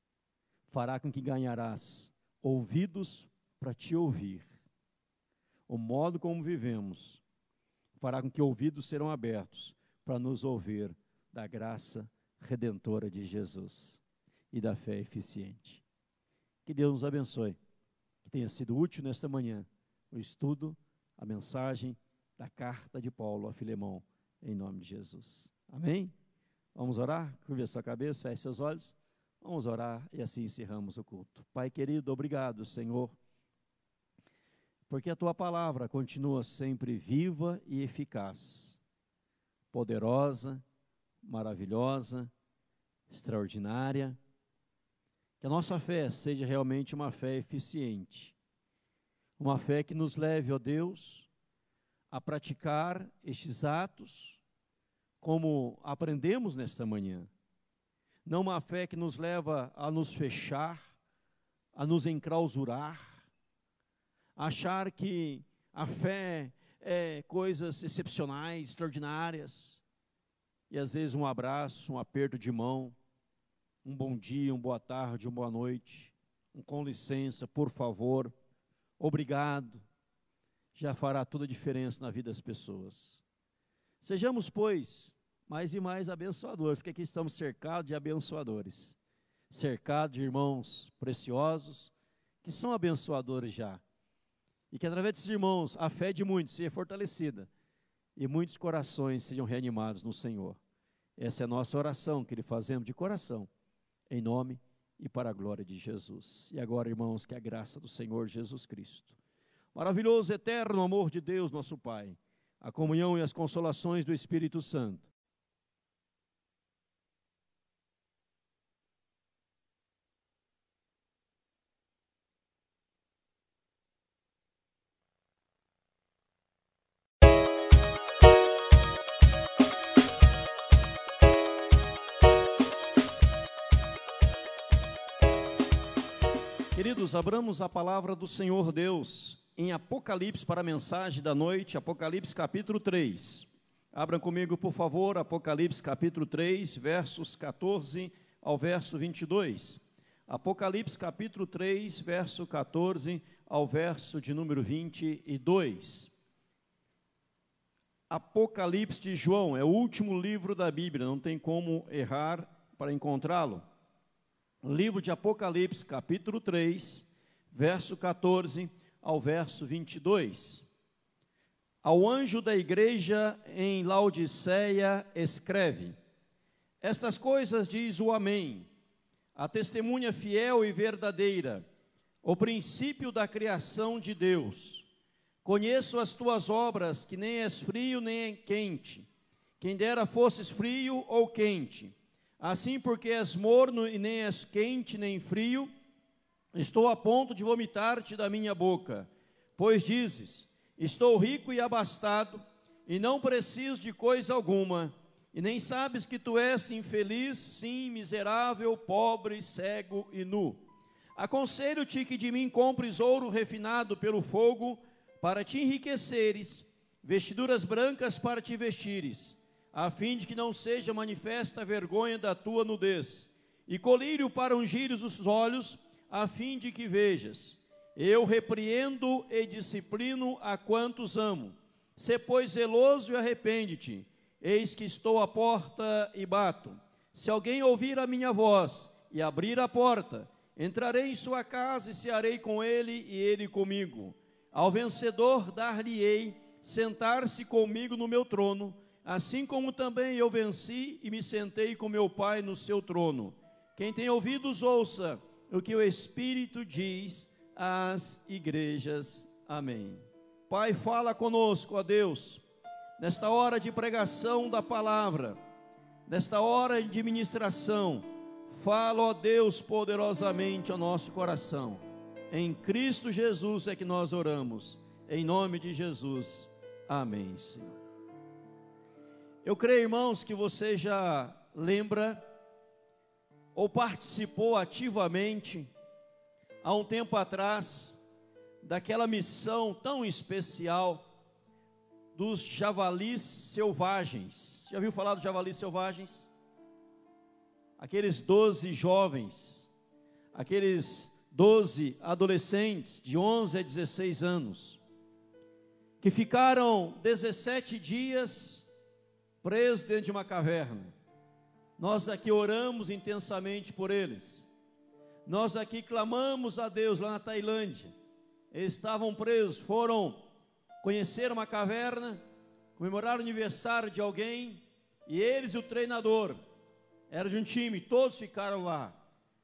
fará com que ganharás ouvidos para te ouvir, o modo como vivemos, fará com que ouvidos serão abertos para nos ouvir da graça redentora de Jesus e da fé eficiente. Que Deus nos abençoe, que tenha sido útil nesta manhã o estudo, a mensagem da carta de Paulo a Filemão, em nome de Jesus. Amém? Vamos orar? Curva a sua cabeça, feche seus olhos. Vamos orar e assim encerramos o culto. Pai querido, obrigado, Senhor, porque a Tua palavra continua sempre viva e eficaz, poderosa, maravilhosa, extraordinária. Que a nossa fé seja realmente uma fé eficiente, uma fé que nos leve, ó Deus, a praticar estes atos, como aprendemos nesta manhã. Não uma fé que nos leva a nos fechar, a nos enclausurar, a achar que a fé é coisas excepcionais, extraordinárias, e às vezes um abraço, um aperto de mão, um bom dia, uma boa tarde, uma boa noite, um com licença, por favor, obrigado, já fará toda a diferença na vida das pessoas. Sejamos, pois, mais e mais abençoadores, porque aqui estamos cercados de abençoadores, cercados de irmãos preciosos, que são abençoadores já, e que através desses irmãos, a fé de muitos seja fortalecida, e muitos corações sejam reanimados no Senhor. Essa é a nossa oração, que lhe fazemos de coração, em nome e para a glória de Jesus. E agora, irmãos, que a graça do Senhor Jesus Cristo, maravilhoso, eterno amor de Deus, nosso Pai, a comunhão e as consolações do Espírito Santo, queridos, abramos a palavra do Senhor Deus em Apocalipse para a mensagem da noite, Apocalipse capítulo 3. Abram comigo, por favor, Apocalipse capítulo 3, versos 14 ao verso 22. Apocalipse capítulo 3, verso 14 ao verso de número 22. Apocalipse de João é o último livro da Bíblia, não tem como errar para encontrá-lo. Livro de Apocalipse, capítulo 3, verso 14 ao verso 22. Ao anjo da igreja em Laodiceia escreve: estas coisas diz o Amém, a testemunha fiel e verdadeira, o princípio da criação de Deus. Conheço as tuas obras, que nem és frio nem quente. Quem dera fosses frio ou quente. Assim, porque és morno e nem és quente nem frio, estou a ponto de vomitar-te da minha boca. Pois dizes: estou rico e abastado, e não preciso de coisa alguma, e nem sabes que tu és infeliz, sim, miserável, pobre, cego e nu. Aconselho-te que de mim compres ouro refinado pelo fogo, para te enriqueceres, vestiduras brancas para te vestires, a fim de que não seja manifesta a vergonha da tua nudez, e colírio para ungires os olhos, a fim de que vejas. Eu repreendo e disciplino a quantos amo. Sê, pois, zeloso e arrepende-te. Eis que estou à porta e bato. Se alguém ouvir a minha voz e abrir a porta, entrarei em sua casa e cearei com ele e ele comigo. Ao vencedor dar-lhe-ei sentar-se comigo no meu trono, assim como também eu venci e me sentei com meu Pai no seu trono. Quem tem ouvidos, ouça o que o Espírito diz às igrejas. Amém. Pai, fala conosco, ó Deus, nesta hora de pregação da palavra, nesta hora de ministração. Fala, ó Deus, poderosamente ao nosso coração. Em Cristo Jesus é que nós oramos. Em nome de Jesus. Amém, Senhor. Eu creio, irmãos, que você já lembra ou participou ativamente, há um tempo atrás, daquela missão tão especial dos javalis selvagens. Já ouviu falar dos javalis selvagens? Aqueles 12 jovens, aqueles 12 adolescentes de 11 a 16 anos, que ficaram 17 dias presos dentro de uma caverna. Nós aqui oramos intensamente por eles. Nós aqui clamamos a Deus lá na Tailândia. Eles estavam presos, foram conhecer uma caverna, comemorar o aniversário de alguém, e eles e o treinador, era de um time, todos ficaram lá,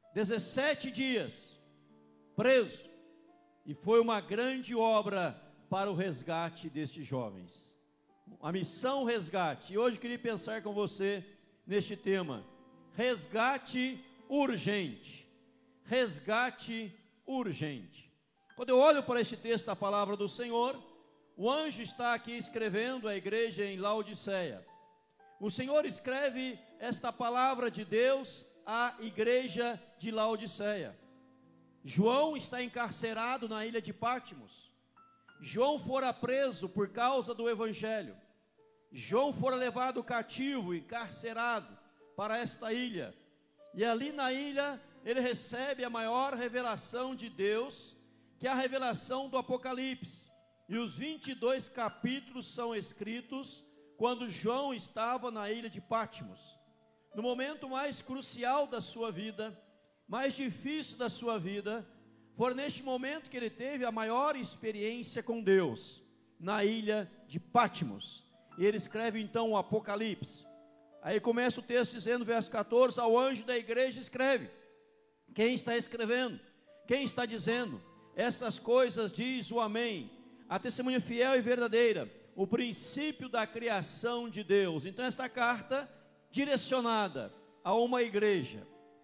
17 dias, presos, e foi uma grande obra para o resgate destes jovens, a missão resgate. E hoje eu queria pensar com você neste tema, resgate urgente, resgate urgente. Quando eu olho para este texto da palavra do Senhor, o anjo está aqui escrevendo à igreja em Laodiceia. O Senhor escreve esta palavra de Deus à igreja de Laodiceia. João está encarcerado na ilha de Patmos. João fora preso por causa do evangelho. João fora levado cativo, encarcerado para esta ilha. E ali na ilha ele recebe a maior revelação de Deus, que é a revelação do Apocalipse. E os 22 capítulos são escritos quando João estava na ilha de Patmos, no momento mais crucial da sua vida, mais difícil da sua vida. Foi neste momento que ele teve a maior experiência com Deus, na ilha de Patmos. E ele escreve então o Apocalipse. Aí começa o texto dizendo, verso 14, ao anjo da igreja escreve. Quem está escrevendo? Quem está dizendo? Essas coisas diz o Amém, a testemunha fiel e verdadeira, o princípio da criação de Deus. Então esta carta direcionada a uma igreja,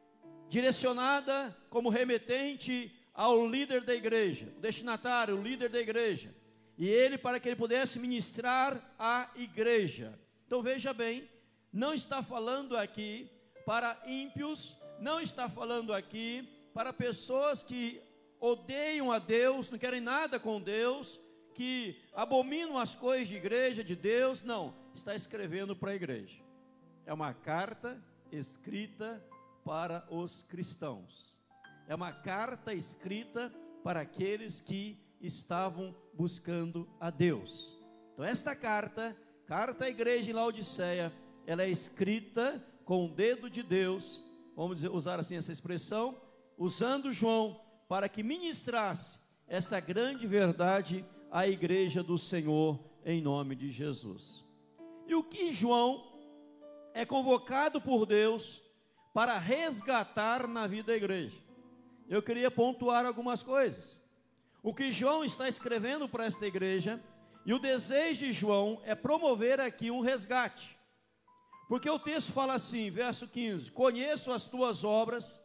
direcionada como remetente ao líder da igreja, o destinatário, o líder da igreja, e ele para que ele pudesse ministrar à igreja. Então veja bem, não está falando aqui para ímpios, não está falando aqui para pessoas que odeiam a Deus, não querem nada com Deus, que abominam as coisas de igreja, de Deus. Não, está escrevendo para a igreja. É uma carta escrita para os cristãos. É uma carta escrita para aqueles que estavam buscando a Deus. Então esta carta à igreja em Laodiceia, ela é escrita com o dedo de Deus, vamos usar assim essa expressão, usando João para que ministrasse essa grande verdade à igreja do Senhor, em nome de Jesus. E o que João é convocado por Deus para resgatar na vida da igreja? Eu queria pontuar algumas coisas. O que João está escrevendo para esta igreja, e o desejo de João é promover aqui um resgate. Porque o texto fala assim, verso 15, conheço as tuas obras,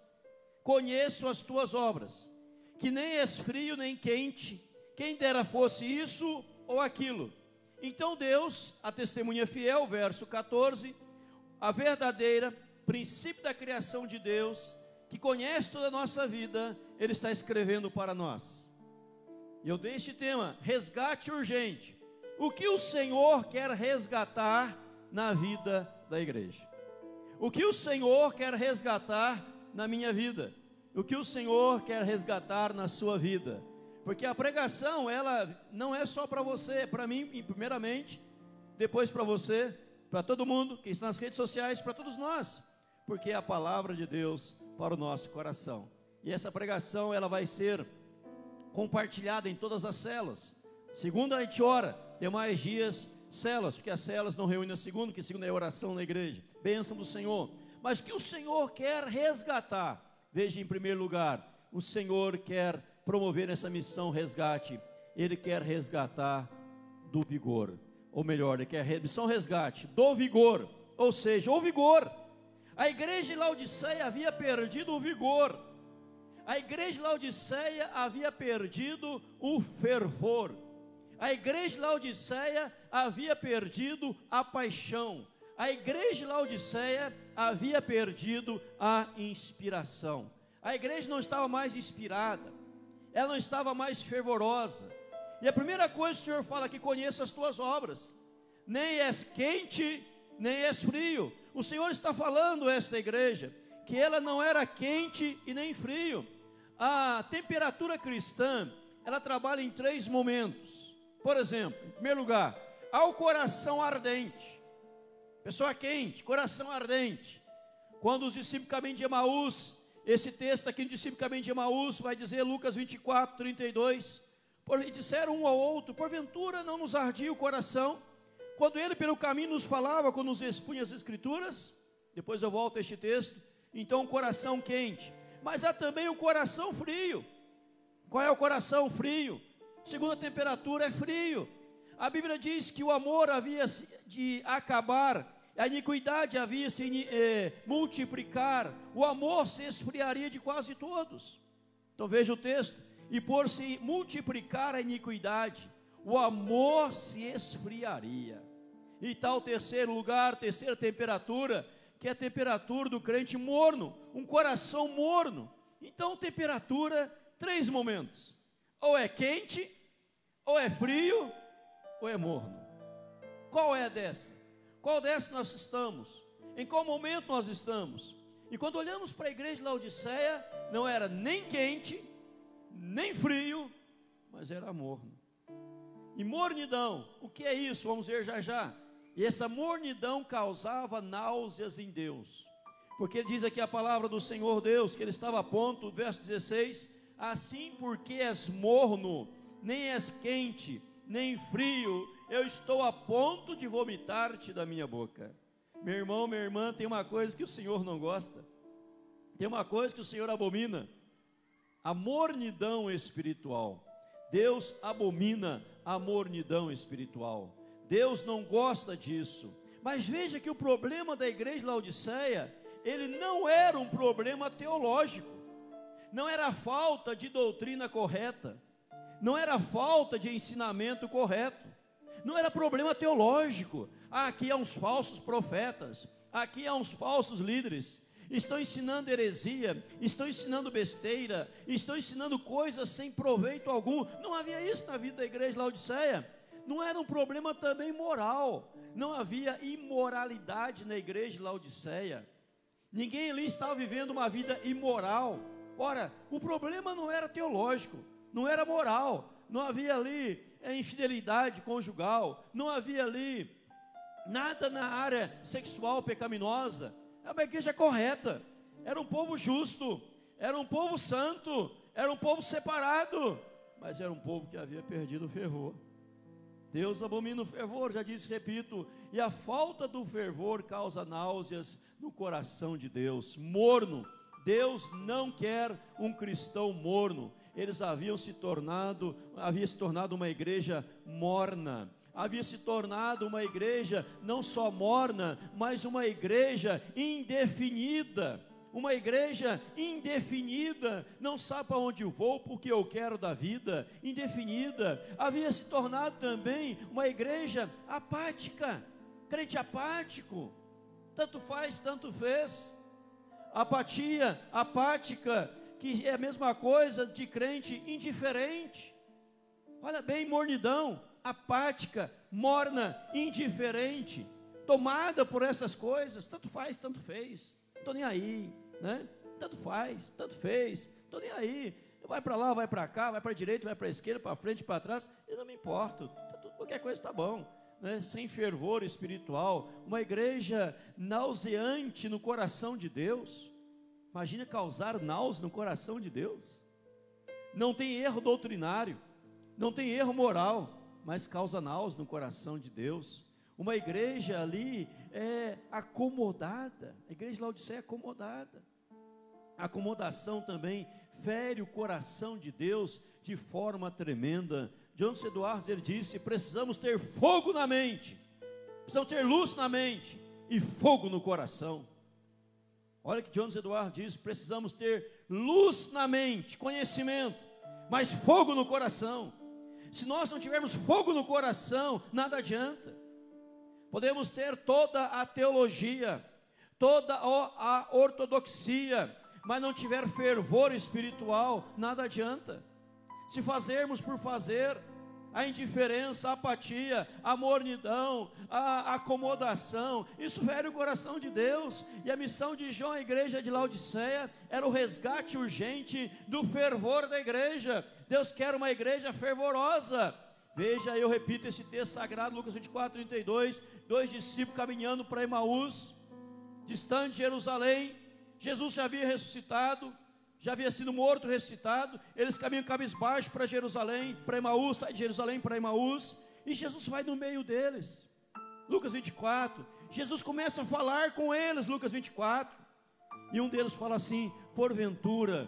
que nem és frio nem quente, quem dera fosse isso ou aquilo. Então Deus, a testemunha fiel, verso 14, a verdadeira, princípio da criação de Deus, que conhece toda a nossa vida, Ele está escrevendo para nós. E eu dei este tema, resgate urgente. O que o Senhor quer resgatar na vida da igreja? O que o Senhor quer resgatar na minha vida? O que o Senhor quer resgatar na sua vida? Porque a pregação, ela não é só para você, é para mim, primeiramente, depois para você, para todo mundo que está nas redes sociais, para todos nós, porque é a palavra de Deus para o nosso coração. E essa pregação, ela vai ser compartilhada em todas as células. Segunda a gente ora, demais dias células, porque as células não reúnem na segunda, que segunda é oração na igreja, bênção do Senhor. Mas o que o Senhor quer resgatar? Veja, em primeiro lugar, o Senhor quer promover essa missão resgate. Ele quer resgatar do vigor, ou melhor, ele quer missão resgate do vigor, ou seja, o vigor. A igreja de Laodiceia havia perdido o vigor. A igreja de Laodiceia havia perdido o fervor. A igreja de Laodiceia havia perdido a paixão. A igreja de Laodiceia havia perdido a inspiração. A igreja não estava mais inspirada, ela não estava mais fervorosa. E a primeira coisa que o Senhor fala aqui, conheça as tuas obras. Nem és quente, nem és frio. O Senhor está falando a esta igreja que ela não era quente e nem frio. A temperatura cristã, ela trabalha em 3 momentos. Por exemplo, em primeiro lugar, ao coração ardente, pessoa quente, coração ardente. Quando os discípulos caminham de Emaús, esse texto aqui do discípulo caminho de Emaús vai dizer, Lucas 24, 32, disseram um ao outro, porventura não nos ardia o coração, quando ele pelo caminho nos falava, quando nos expunha as escrituras? Depois eu volto a este texto. Então o coração quente, mas há também o coração frio. Qual é o coração frio? Segundo a temperatura é frio. A Bíblia diz que o amor havia de acabar, a iniquidade havia de se multiplicar, o amor se esfriaria de quase todos. Então veja o texto, e por se multiplicar a iniquidade, o amor se esfriaria. E tal terceiro lugar, terceira temperatura, que é a temperatura do crente morno, um coração morno. Então temperatura, 3 momentos, ou é quente, ou é frio, ou é morno. Qual é dessa? Qual dessa nós estamos? Em qual momento nós estamos? E quando olhamos para a igreja de Laodiceia, não era nem quente, nem frio, mas era morno. E mornidão, o que é isso? Vamos ver já já. E essa mornidão causava náuseas em Deus, porque diz aqui a palavra do Senhor Deus, que ele estava a ponto, verso 16, assim porque és morno, nem és quente, nem frio, eu estou a ponto de vomitar-te da minha boca. Meu irmão, minha irmã, tem uma coisa que o Senhor não gosta, tem uma coisa que o Senhor abomina, a mornidão espiritual. Deus abomina a mornidão espiritual, Deus não gosta disso. Mas veja que o problema da igreja de Laodiceia, ele não era um problema teológico, não era a falta de doutrina correta, não era a falta de ensinamento correto, não era problema teológico. Aqui há uns falsos profetas, aqui há uns falsos líderes, estão ensinando heresia, estão ensinando besteira, estão ensinando coisas sem proveito algum. Não havia isso na vida da igreja de Laodiceia. Não era um problema também moral, não havia imoralidade na igreja de Laodiceia, ninguém ali estava vivendo uma vida imoral. Ora, o problema não era teológico, não era moral, não havia ali infidelidade conjugal, não havia ali nada na área sexual pecaminosa. Era uma igreja correta, era um povo justo, era um povo santo, era um povo separado, mas era um povo que havia perdido o fervor. Deus abomina o fervor, já disse, repito, e a falta do fervor causa náuseas no coração de Deus. Morno, Deus não quer um cristão morno. Eles havia se tornado uma igreja morna, havia se tornado uma igreja não só morna, mas uma igreja indefinida. Uma igreja indefinida, não sabe para onde eu vou, porque eu quero da vida, indefinida. Havia se tornado também uma igreja apática, crente apático, tanto faz, tanto fez. Apatia, apática, que é a mesma coisa de crente indiferente. Olha bem, mornidão, apática, morna, indiferente, tomada por essas coisas, tanto faz, tanto fez. Estou nem aí, né? Tanto faz, tanto fez, estou nem aí. Vai para lá, vai para cá, vai para a direita, vai para a esquerda, para frente, para trás, eu não me importo, qualquer coisa está bom, né? Sem fervor espiritual, uma igreja nauseante no coração de Deus. Imagina causar náusea no coração de Deus. Não tem erro doutrinário, não tem erro moral, mas causa náusea no coração de Deus. Uma igreja ali acomodada, a igreja de Laodiceia é acomodada. A acomodação também fere o coração de Deus de forma tremenda. John Edwards, ele disse, precisamos ter fogo na mente, precisamos ter luz na mente e fogo no coração. Olha o que John Edwards diz, precisamos ter luz na mente, conhecimento, mas fogo no coração. Se nós não tivermos fogo no coração, nada adianta. Podemos ter toda a teologia, toda a ortodoxia, mas não tiver fervor espiritual, nada adianta. Se fazermos por fazer, a indiferença, a apatia, a mornidão, a acomodação, isso fere o coração de Deus. E a missão de João à igreja de Laodiceia era o resgate urgente do fervor da igreja. Deus quer uma igreja fervorosa. Veja, eu repito esse texto sagrado, Lucas 24, 32, 2 discípulos caminhando para Emaús, distante de Jerusalém. Jesus já havia ressuscitado, já havia sido morto, ressuscitado. Eles caminham cabisbaixo para Jerusalém, para Emaús, sai de Jerusalém para Emaús, e Jesus vai no meio deles. Lucas 24, Jesus começa a falar com eles, Lucas 24, e um deles fala assim: porventura,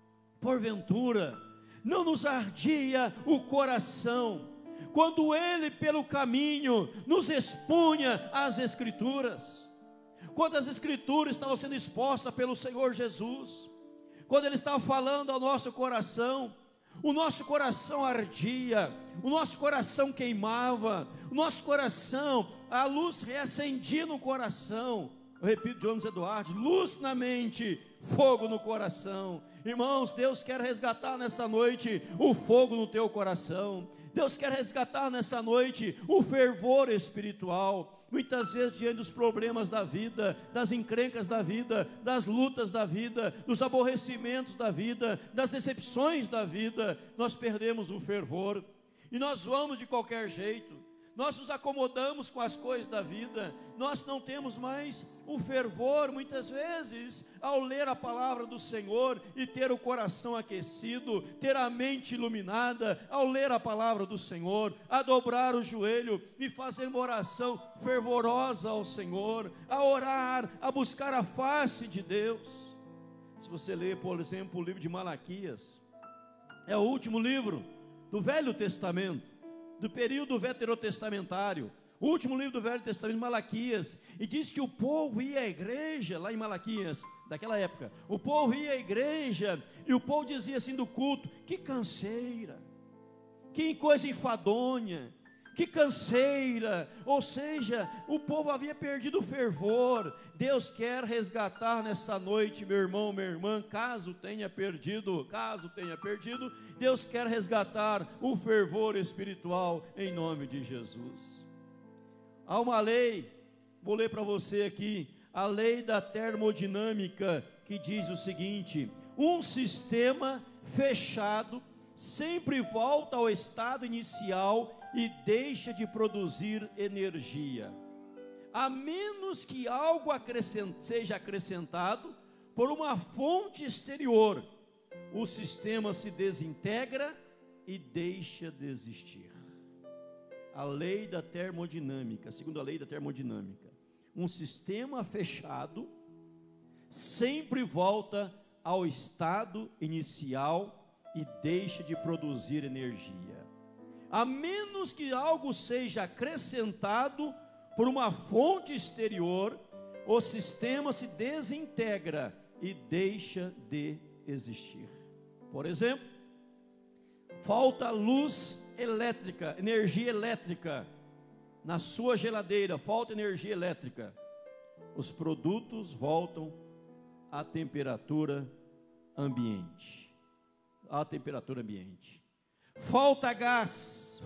não nos ardia o coração, quando Ele pelo caminho nos expunha as Escrituras, quando as Escrituras estavam sendo expostas pelo Senhor Jesus, quando Ele estava falando ao nosso coração, o nosso coração ardia, o nosso coração queimava, o nosso coração, a luz reacendia no coração. Eu repito, Jones Eduardo: luz na mente, fogo no coração. Irmãos, Deus quer resgatar nessa noite o fogo no teu coração. Deus quer resgatar nessa noite o fervor espiritual. Muitas vezes, diante dos problemas da vida, das encrencas da vida, das lutas da vida, dos aborrecimentos da vida, das decepções da vida, nós perdemos o fervor e nós vamos de qualquer jeito. Nós nos acomodamos com as coisas da vida, nós não temos mais o fervor, muitas vezes, ao ler a palavra do Senhor e ter o coração aquecido, ter a mente iluminada, ao ler a palavra do Senhor, a dobrar o joelho e fazer uma oração fervorosa ao Senhor, a orar, a buscar a face de Deus. Se você ler, por exemplo, o livro de Malaquias, é o último livro do Velho Testamento, do período veterotestamentário, o último livro do Velho Testamento, Malaquias, e diz que o povo ia à igreja, lá em Malaquias, daquela época, o povo ia à igreja, e o povo dizia assim do culto: que canseira, que coisa enfadonha, que canseira. Ou seja, o povo havia perdido o fervor. Deus quer resgatar nessa noite, meu irmão, minha irmã, caso tenha perdido, Deus quer resgatar o fervor espiritual em nome de Jesus. Há uma lei, vou ler para você aqui, a lei da termodinâmica, que diz o seguinte: um sistema fechado sempre volta ao estado inicial e deixa de produzir energia, a menos que algo seja acrescentado por uma fonte exterior. O sistema se desintegra e deixa de existir. A lei da termodinâmica, segundo a lei da termodinâmica, um sistema fechado sempre volta ao estado inicial e deixa de produzir energia, a menos que algo seja acrescentado por uma fonte exterior. O sistema se desintegra e deixa de existir. Por exemplo, falta luz elétrica, energia elétrica na sua geladeira, falta energia elétrica, os produtos voltam à temperatura ambiente, falta gás,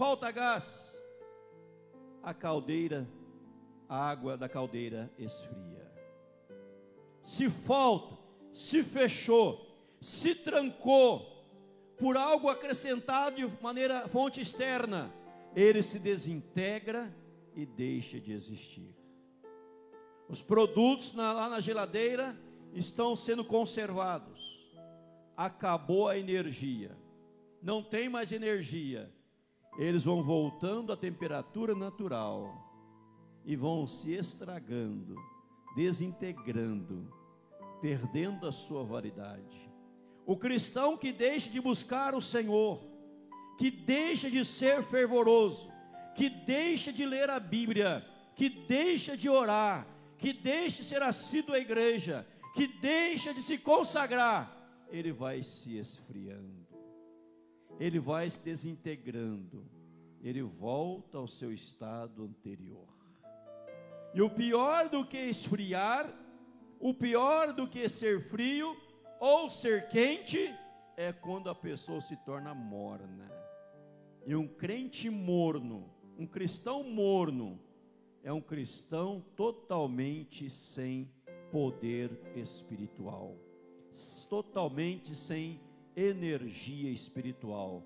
a água da caldeira esfria. Se falta, se fechou, se trancou por algo acrescentado de maneira fonte externa, ele se desintegra e deixa de existir. Os produtos lá na geladeira estão sendo conservados, acabou a energia, não tem mais energia, eles vão voltando à temperatura natural e vão se estragando, desintegrando, perdendo a sua validade. O cristão que deixa de buscar o Senhor, que deixa de ser fervoroso, que deixa de ler a Bíblia, que deixa de orar, que deixa de ser assíduo à igreja, que deixa de se consagrar, ele vai se esfriando, ele vai se desintegrando, ele volta ao seu estado anterior. E o pior do que esfriar, o pior do que ser frio ou ser quente, é quando a pessoa se torna morna. E um crente morno, um cristão morno, é um cristão totalmente sem poder espiritual, totalmente sem energia espiritual,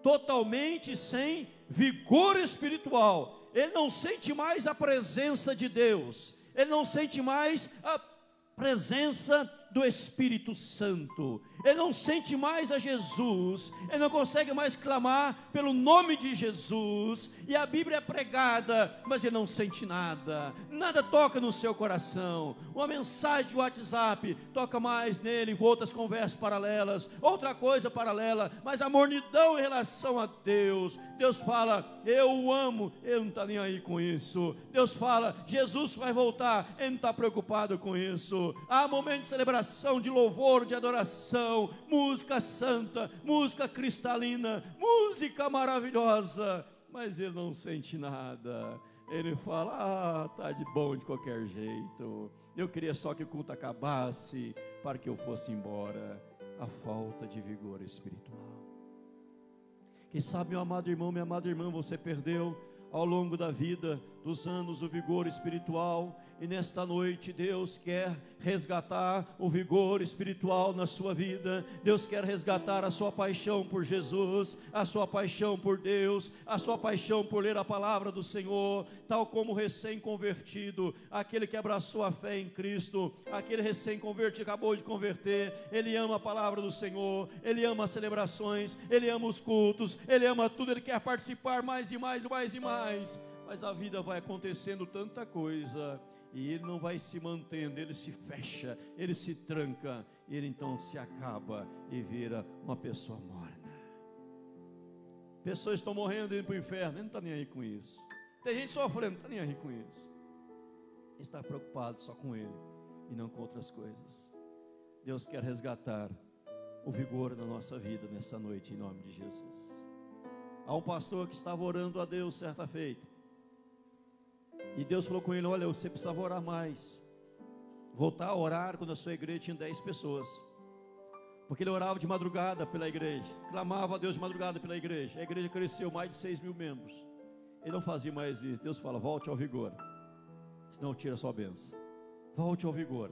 totalmente sem vigor espiritual. Ele não sente mais a presença de Deus, ele não sente mais a presença do Espírito Santo, ele não sente mais a Jesus, ele não consegue mais clamar pelo nome de Jesus, e a Bíblia é pregada, mas ele não sente nada, nada toca no seu coração. Uma mensagem de WhatsApp toca mais nele, outras conversas paralelas, outra coisa paralela, mas a mornidão em relação a Deus. Deus fala, eu o amo, ele não está nem aí com isso. Deus fala, Jesus vai voltar, ele não está preocupado com isso. Há momento de celebração, de louvor, de adoração, música santa, música cristalina, música maravilhosa, mas ele não sente nada. Ele fala, tá de bom de qualquer jeito, eu queria só que o culto acabasse para que eu fosse embora. A falta de vigor espiritual. Quem sabe, meu amado irmão, minha amada irmã, você perdeu ao longo da vida, dos anos, o vigor espiritual, e nesta noite Deus quer resgatar o vigor espiritual na sua vida. Deus quer resgatar a sua paixão por Jesus, a sua paixão por Deus, a sua paixão por ler a palavra do Senhor, tal como o recém-convertido, aquele que abraçou a fé em Cristo, aquele recém-convertido, acabou de converter, ele ama a palavra do Senhor, ele ama as celebrações, ele ama os cultos, ele ama tudo, ele quer participar mais e mais, mais e mais, mas a vida vai acontecendo tanta coisa, e ele não vai se mantendo, ele se fecha, ele se tranca, e ele então se acaba e vira uma pessoa morna. Pessoas estão morrendo e indo para o inferno, ele não está nem aí com isso. Tem gente sofrendo, não está nem aí com isso. Ele está preocupado só com ele e não com outras coisas. Deus quer resgatar o vigor na nossa vida nessa noite, em nome de Jesus. Há um pastor que estava orando a Deus certa feita, e Deus falou com ele, olha, você precisava orar mais, voltar a orar quando a sua igreja tinha 10 pessoas, porque ele orava de madrugada pela igreja, clamava a Deus de madrugada pela igreja, a igreja cresceu mais de 6 mil membros, ele não fazia mais isso. Deus fala, volte ao vigor, senão tira a sua bênção, volte ao vigor,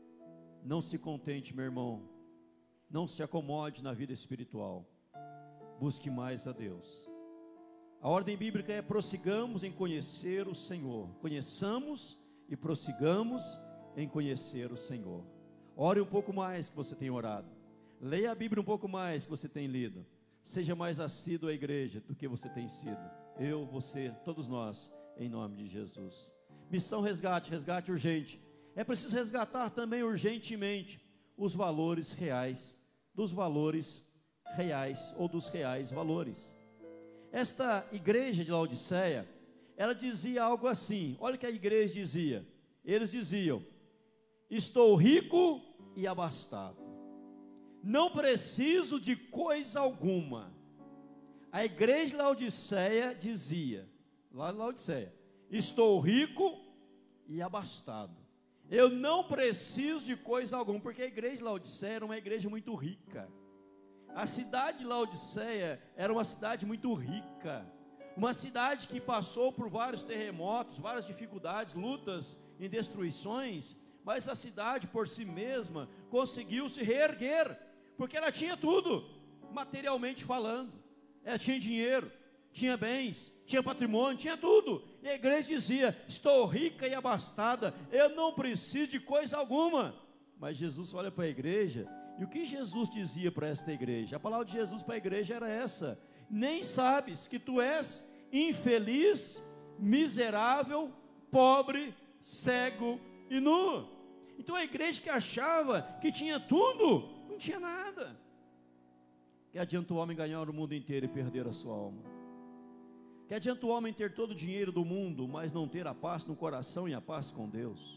não se contente, meu irmão, não se acomode na vida espiritual, busque mais a Deus. A ordem bíblica é prossigamos em conhecer o Senhor. Conheçamos e prossigamos em conhecer o Senhor. Ore um pouco mais que você tem orado. Leia a Bíblia um pouco mais que você tem lido. Seja mais assíduo à igreja do que você tem sido. Eu, você, todos nós, em nome de Jesus. Missão resgate, resgate urgente. É preciso resgatar também urgentemente os valores reais, dos valores reais ou dos reais valores. Esta igreja de Laodiceia, ela dizia algo assim, olha o que a igreja dizia, eles diziam, estou rico e abastado, não preciso de coisa alguma. A igreja de Laodiceia dizia, lá de Laodiceia, estou rico e abastado, eu não preciso de coisa alguma, porque a igreja de Laodiceia era uma igreja muito rica. A cidade de Laodiceia era uma cidade muito rica, uma cidade que passou por vários terremotos, várias dificuldades, lutas e destruições, mas a cidade por si mesma conseguiu se reerguer, porque ela tinha tudo, materialmente falando, ela tinha dinheiro, tinha bens, tinha patrimônio, tinha tudo, e a igreja dizia, estou rica e abastada, eu não preciso de coisa alguma. Mas Jesus olha para a igreja, e o que Jesus dizia para esta igreja? A palavra de Jesus para a igreja era essa, nem sabes que tu és infeliz, miserável, pobre, cego e nu. Então a igreja que achava que tinha tudo, não tinha nada. Que adianta o homem ganhar o mundo inteiro e perder a sua alma? Que adianta o homem ter todo o dinheiro do mundo, mas não ter a paz no coração e a paz com Deus?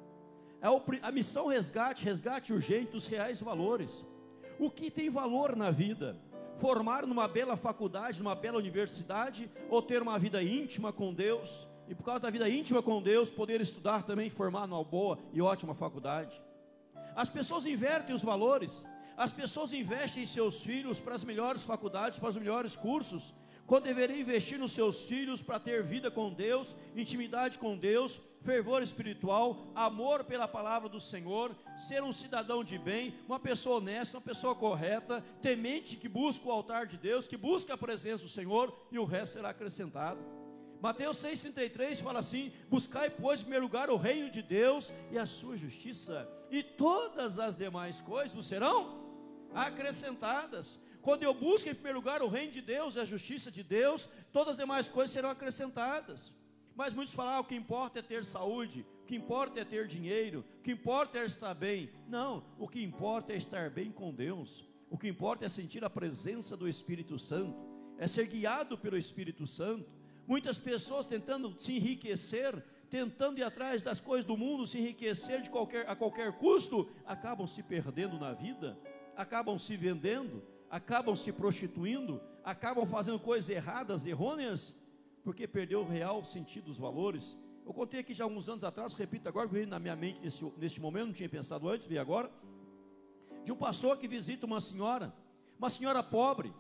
É a missão resgate, resgate urgente dos reais valores. O que tem valor na vida? Formar numa bela faculdade, numa bela universidade, ou ter uma vida íntima com Deus, e por causa da vida íntima com Deus, poder estudar também, formar numa boa e ótima faculdade. As pessoas invertem os valores, as pessoas investem em seus filhos para as melhores faculdades, para os melhores cursos, quando deveria investir nos seus filhos para ter vida com Deus, intimidade com Deus, fervor espiritual, amor pela palavra do Senhor, ser um cidadão de bem, uma pessoa honesta, uma pessoa correta, temente, que busca o altar de Deus, que busca a presença do Senhor, e o resto será acrescentado. Mateus 6,33 fala assim: buscai, pois, em primeiro lugar o reino de Deus e a sua justiça, e todas as demais coisas vos serão acrescentadas. Quando eu busco em primeiro lugar o reino de Deus e a justiça de Deus, todas as demais coisas serão acrescentadas. Mas muitos falam: o que importa é ter saúde, o que importa é ter dinheiro, o que importa é estar bem. Não, o que importa é estar bem com Deus. O que importa é sentir a presença do Espírito Santo, é ser guiado pelo Espírito Santo. Muitas pessoas tentando se enriquecer, tentando ir atrás das coisas do mundo, se enriquecer a qualquer custo, acabam se perdendo na vida, acabam se vendendo, acabam se prostituindo, acabam fazendo coisas erradas, errôneas, porque perdeu o real sentido dos valores. Eu contei aqui já alguns anos atrás, repito agora, que veio na minha mente neste momento, não tinha pensado antes, veio agora, de um pastor que visita uma senhora pobre,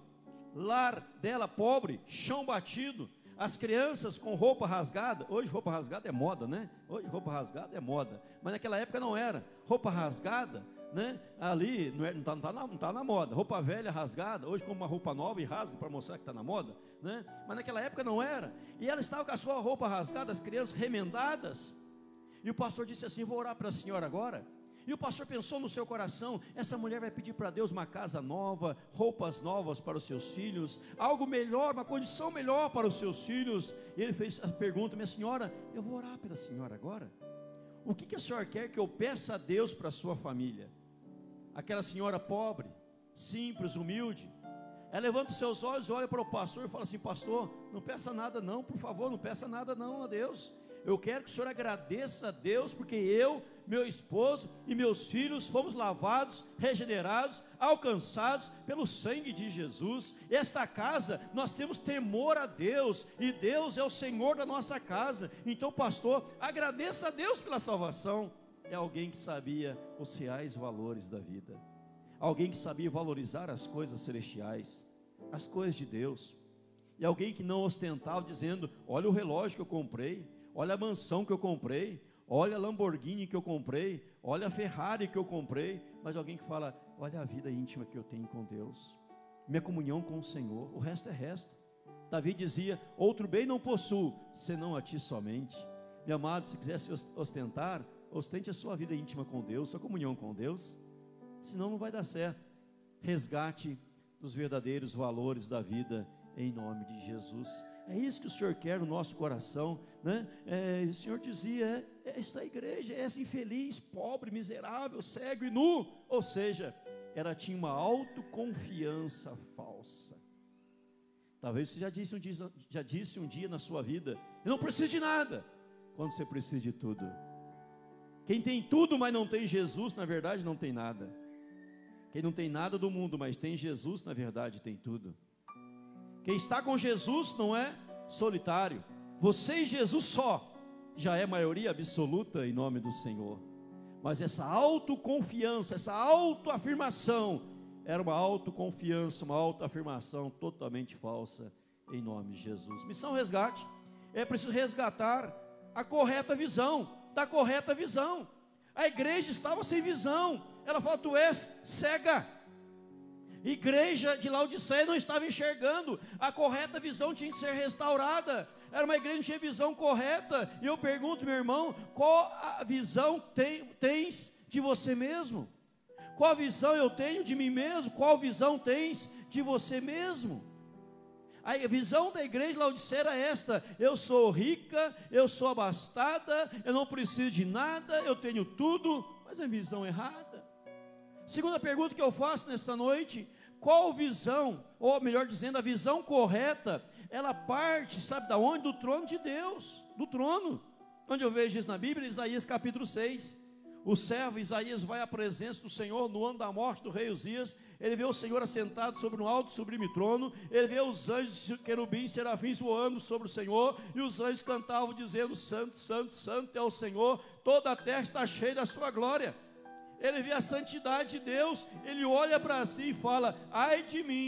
lar dela pobre, chão batido, as crianças com roupa rasgada. Hoje roupa rasgada é moda, né? Hoje roupa rasgada é moda, mas naquela época não era. Roupa rasgada, né? Ali não está na moda. Roupa velha rasgada, hoje como uma roupa nova e rasga para mostrar que está na moda, né? Mas naquela época não era. E ela estava com a sua roupa rasgada, as crianças remendadas. E o pastor disse assim: vou orar para a senhora agora. E o pastor pensou no seu coração: essa mulher vai pedir para Deus uma casa nova, roupas novas para os seus filhos, algo melhor, uma condição melhor para os seus filhos. E ele fez a pergunta: minha senhora, eu vou orar pela senhora agora. O que a senhora quer que eu peça a Deus para a sua família? Aquela senhora pobre, simples, humilde, ela levanta os seus olhos, olha para o pastor e fala assim: pastor, não peça nada não, por favor, não peça nada não a Deus. Eu quero que o senhor agradeça a Deus, porque eu, meu esposo e meus filhos fomos lavados, regenerados, alcançados pelo sangue de Jesus. Esta casa, nós temos temor a Deus, e Deus é o Senhor da nossa casa. Então, pastor, agradeça a Deus pela salvação. É alguém que sabia os reais valores da vida, alguém que sabia valorizar as coisas celestiais, as coisas de Deus, e alguém que não ostentava dizendo: olha o relógio que eu comprei, olha a mansão que eu comprei, olha a Lamborghini que eu comprei, olha a Ferrari que eu comprei. Mas alguém que fala: olha a vida íntima que eu tenho com Deus, minha comunhão com o Senhor, o resto é resto. Davi dizia: outro bem não possuo, senão a ti somente. Meu amado, se quiser se ostentar, ostente a sua vida íntima com Deus, sua comunhão com Deus, senão não vai dar certo. Resgate dos verdadeiros valores da vida, em nome de Jesus. É isso que o Senhor quer no nosso coração, né? O Senhor dizia: esta igreja é essa infeliz, pobre, miserável, cego e nu. Ou seja, ela tinha uma autoconfiança falsa. Talvez você já disse um dia na sua vida: eu não preciso de nada, quando você precisa de tudo. Quem tem tudo, mas não tem Jesus, na verdade não tem nada. Quem não tem nada do mundo, mas tem Jesus, na verdade tem tudo. Quem está com Jesus não é solitário. Você e Jesus só já é maioria absoluta em nome do Senhor. Mas essa autoconfiança, essa autoafirmação, era uma autoconfiança, uma autoafirmação totalmente falsa em nome de Jesus. Missão resgate: é preciso resgatar a correta visão, da correta visão. A igreja estava sem visão. Ela falou: tu és cega. Igreja de Laodiceia não estava enxergando, a correta visão tinha que ser restaurada. Era uma igreja que não tinha visão correta. E eu pergunto, meu irmão, qual a visão tens de você mesmo? Qual visão eu tenho de mim mesmo? Qual visão tens de você mesmo? A visão da igreja de Laodiceia era esta: eu sou rica, eu sou abastada, eu não preciso de nada, eu tenho tudo. Mas é visão errada. Segunda pergunta que eu faço nesta noite: qual visão, ou melhor dizendo, a visão correta, ela parte, sabe da onde? Do trono de Deus, do trono. Onde eu vejo isso na Bíblia? Isaías capítulo 6. O servo Isaías vai à presença do Senhor no ano da morte do rei Uzias. Ele vê o Senhor assentado sobre um alto e sublime trono. Ele vê os anjos, querubins, serafins voando sobre o Senhor. E os anjos cantavam dizendo: santo, santo, santo é o Senhor, toda a terra está cheia da sua glória. Ele vê a santidade de Deus, ele olha para si e fala: ai de mim,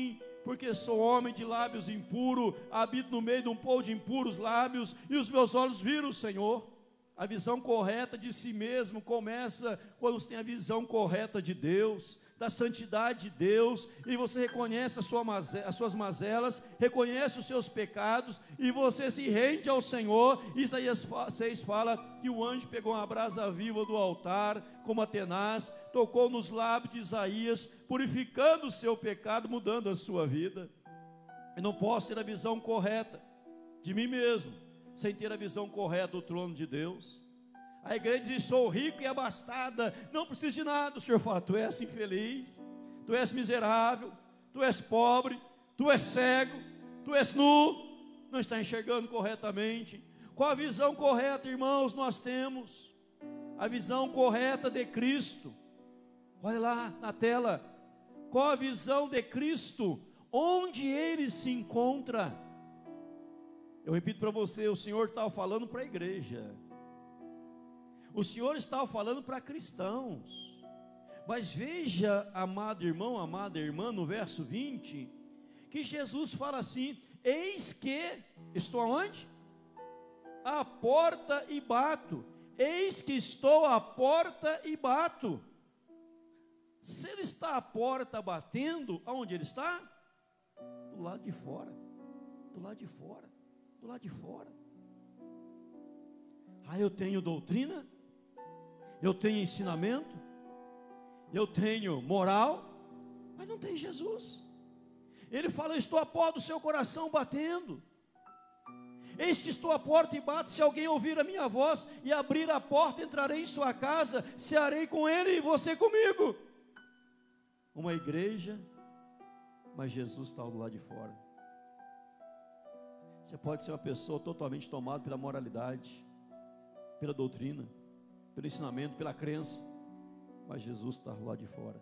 porque sou homem de lábios impuros, habito no meio de um povo de impuros lábios, e os meus olhos viram o Senhor. A visão correta de si mesmo começa quando você tem a visão correta de Deus, da santidade de Deus, e você reconhece as suas mazelas, reconhece os seus pecados, e você se rende ao Senhor. Isaías 6 fala que o anjo pegou uma brasa viva do altar, como a tenaz, tocou nos lábios de Isaías, purificando o seu pecado, mudando a sua vida. Eu não posso ter a visão correta de mim mesmo, sem ter a visão correta do trono de Deus. A igreja diz: sou rico e abastada, não preciso de nada. O Senhor fala: tu és infeliz, tu és miserável, tu és pobre, tu és cego, tu és nu, não está enxergando corretamente. Qual a visão correta, irmãos? Nós temos a visão correta de Cristo. Olha lá na tela, qual a visão de Cristo? Onde Ele se encontra? Eu repito para você, o Senhor estava falando para a igreja, o Senhor estava falando para cristãos, mas veja, amado irmão, amada irmã, no verso 20, que Jesus fala assim: eis que, estou aonde? À porta e bato, eis que estou à porta e bato. Se Ele está à porta batendo, aonde Ele está? Do lado de fora, do lado de fora, do lado de fora. Ah, eu tenho doutrina, eu tenho ensinamento, eu tenho moral, mas não tem Jesus. Ele fala: eu estou à porta do seu coração batendo. Eis que estou à porta e bato, se alguém ouvir a minha voz e abrir a porta, entrarei em sua casa, cearei com ele e você comigo. Uma igreja, mas Jesus está do lado de fora. Você pode ser uma pessoa totalmente tomada pela moralidade, pela doutrina, pelo ensinamento, pela crença, mas Jesus está lá de fora.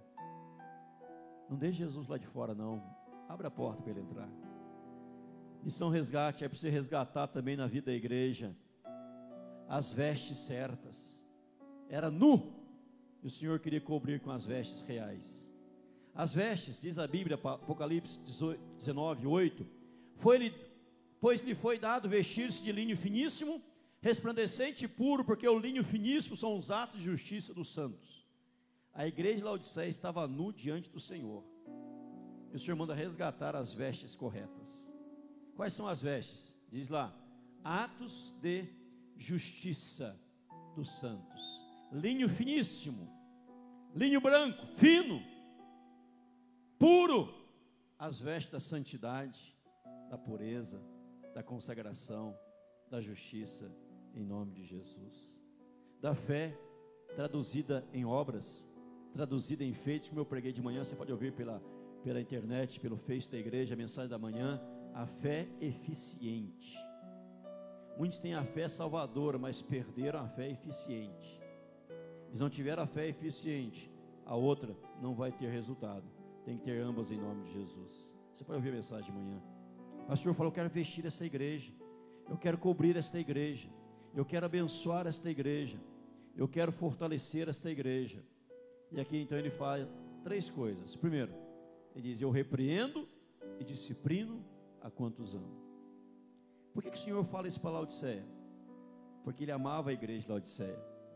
Não deixe Jesus lá de fora, não. Abra a porta para Ele entrar. Missão resgate é para você resgatar também na vida da igreja as vestes certas. Era nu, e o Senhor queria cobrir com as vestes reais. As vestes, diz a Bíblia, Apocalipse 19, 8, pois lhe foi dado vestir-se de linho finíssimo, resplandecente e puro, porque o linho finíssimo são os atos de justiça dos santos. A igreja de Laodiceia estava nu diante do Senhor, e o Senhor manda resgatar as vestes corretas. Quais são as vestes? Diz lá: atos de justiça dos santos, linho finíssimo, linho branco, fino, puro, as vestes da santidade, da pureza, da consagração, da justiça, em nome de Jesus. Da fé, traduzida em obras, traduzida em feitos, como eu preguei de manhã, você pode ouvir pela internet, pelo Face da igreja, a mensagem da manhã. A fé eficiente. Muitos têm a fé salvadora, mas perderam a fé eficiente. Eles não tiveram a fé eficiente, a outra não vai ter resultado. Tem que ter ambas em nome de Jesus. Você pode ouvir a mensagem de manhã. O pastor falou: eu quero vestir essa igreja, eu quero cobrir esta igreja, eu quero abençoar esta igreja, eu quero fortalecer esta igreja. E aqui então ele fala 3 coisas. Primeiro, ele diz: eu repreendo e disciplino a quantos amo. Por que o Senhor fala isso para Laodiceia? Porque Ele amava a igreja de Laodiceia.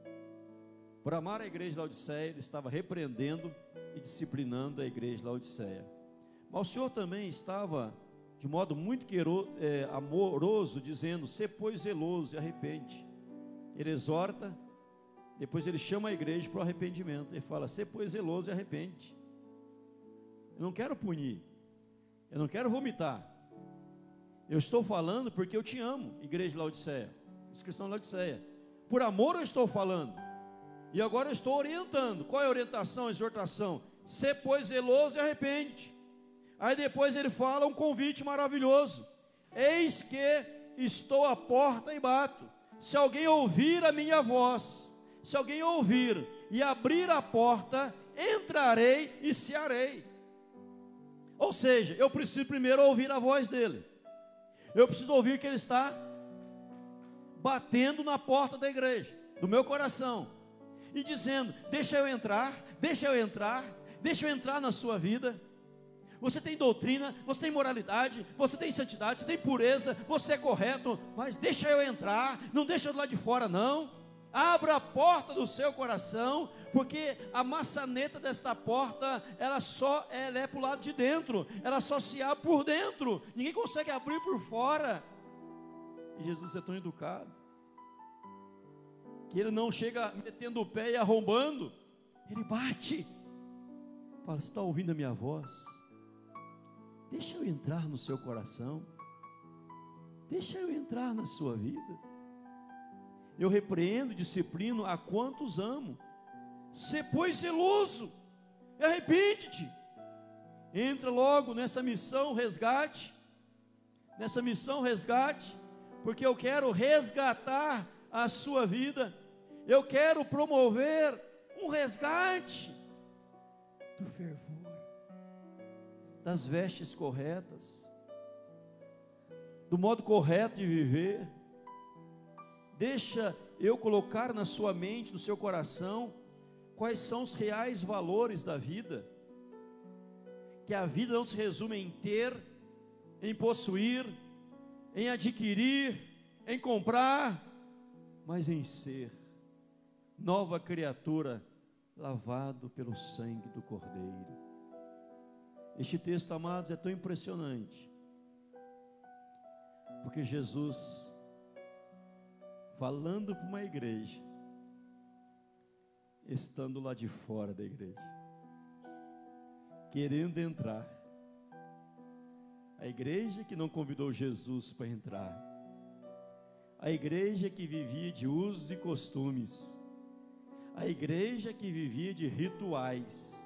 Por amar a igreja de Laodiceia, Ele estava repreendendo e disciplinando a igreja de Laodiceia. Mas o Senhor também estava, de modo muito amoroso, dizendo: sê pois zeloso e arrepende. Ele exorta, depois Ele chama a igreja para o arrependimento. Ele fala: sê pois zeloso e arrepende. Eu não quero punir, eu não quero vomitar. Eu estou falando porque eu te amo, igreja de Laodiceia, os cristãos de Laodiceia. Por amor eu estou falando. E agora eu estou orientando. Qual é a orientação, a exortação? Sê pois zeloso e arrepende. Aí depois ele fala um convite maravilhoso: eis que estou à porta e bato. Se alguém ouvir a minha voz, se alguém ouvir e abrir a porta, entrarei e cearei. Ou seja, eu preciso primeiro ouvir a voz dele. Eu preciso ouvir que ele está batendo na porta da igreja, do meu coração, e dizendo: deixa eu entrar, deixa eu entrar, deixa eu entrar na sua vida. você tem doutrina, você tem moralidade, você tem santidade, você tem pureza, você é correto, mas deixa eu entrar, não deixa eu do lado de fora não. Abra a porta do seu coração, porque a maçaneta desta porta, ela é para o lado de dentro, ela só se abre por dentro, ninguém consegue abrir por fora. E Jesus é tão educado, que ele não chega metendo o pé e arrombando, ele bate, fala: você está ouvindo a minha voz? Deixa eu entrar no seu coração, deixa eu entrar na sua vida. Eu repreendo, disciplino a quantos amo. Sê, pois, zeloso, arrepende-te, entra logo nessa missão resgate, porque eu quero resgatar a sua vida, eu quero promover um resgate do fervor, das vestes corretas, do modo correto de viver. Deixa eu colocar na sua mente, no seu coração, quais são os reais valores da vida, que a vida não se resume em ter, em possuir, em adquirir, em comprar, mas em ser nova criatura, lavado pelo sangue do Cordeiro. Este texto, amados, é tão impressionante, porque Jesus, falando para uma igreja, estando lá de fora da igreja, querendo entrar, a igreja que não convidou Jesus para entrar, a igreja que vivia de usos e costumes, a igreja que vivia de rituais.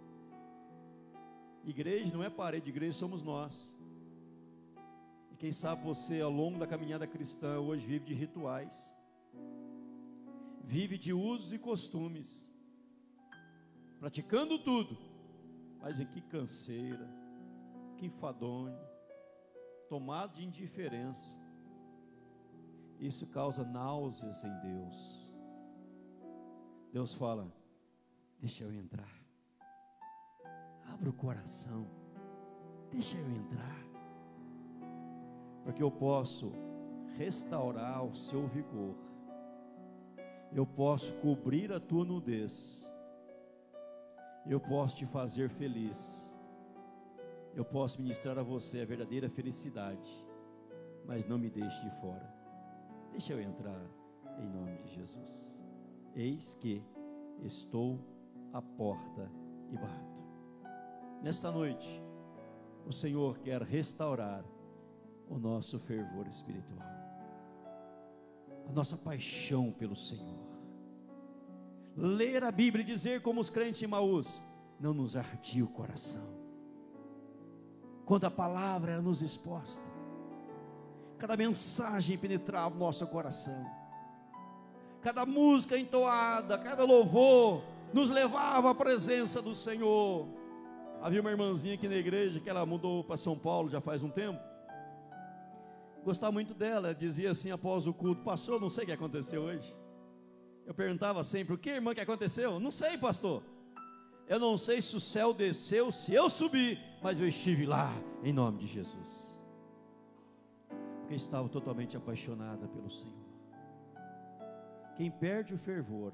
Igreja não é parede, igreja somos nós. E quem sabe você, ao longo da caminhada cristã, hoje vive de rituais, vive de usos e costumes, praticando tudo, mas em que canseira, que enfadonho, tomado de indiferença. Isso causa náuseas em Deus. Deus fala: deixa eu entrar, abra o coração, deixa eu entrar, porque eu posso restaurar o seu vigor, eu posso cobrir a tua nudez, eu posso te fazer feliz, eu posso ministrar a você a verdadeira felicidade, mas não me deixe de fora. Deixa eu entrar, em nome de Jesus. Eis que estou à porta e bato. Nesta noite, o Senhor quer restaurar o nosso fervor espiritual, a nossa paixão pelo Senhor. Ler a Bíblia e dizer como os crentes de Emaús: não nos ardia o coração quando a palavra era nos exposta, cada mensagem penetrava o nosso coração, cada música entoada, cada louvor nos levava à presença do Senhor. Havia uma irmãzinha aqui na igreja, que ela mudou para São Paulo já faz um tempo, gostava muito dela, dizia assim após o culto: pastor, não sei o que aconteceu hoje. Eu perguntava sempre: o que, irmã, que aconteceu? Não sei, pastor, eu não sei se o céu desceu, se eu subi, mas eu estive lá, em nome de Jesus, porque estava totalmente apaixonada pelo Senhor. Quem perde o fervor,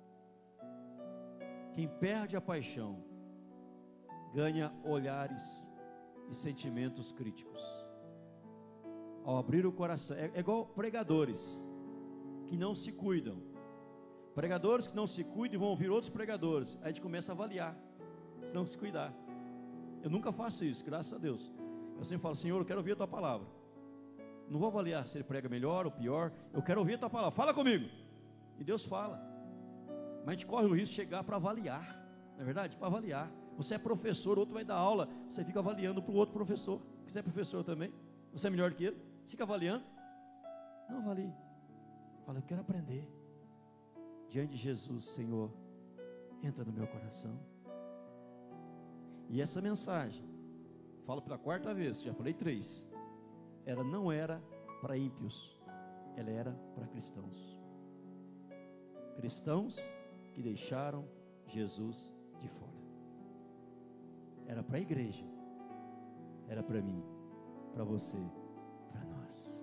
quem perde a paixão, ganha olhares e sentimentos críticos. Ao abrir o coração, é igual pregadores que não se cuidam, pregadores que não se cuidam e vão ouvir outros pregadores, aí a gente começa a avaliar, se não se cuidar. Eu nunca faço isso, graças a Deus. Eu sempre falo: Senhor, eu quero ouvir a tua palavra. Não vou avaliar se ele prega melhor ou pior, eu quero ouvir a tua palavra, fala comigo. E Deus fala, mas a gente corre o risco de chegar para avaliar, não é verdade? Para avaliar. Você é professor, outro vai dar aula, você fica avaliando para o outro professor, que você é professor também, você é melhor que ele, fica avaliando. Não avalie, fala: eu quero aprender. Diante de Jesus: Senhor, entra no meu coração. E essa mensagem, falo pela quarta vez, já falei 3, ela não era para ímpios, ela era para cristãos. Cristãos que deixaram Jesus de fora. Era para a igreja era para mim, para você, para nós.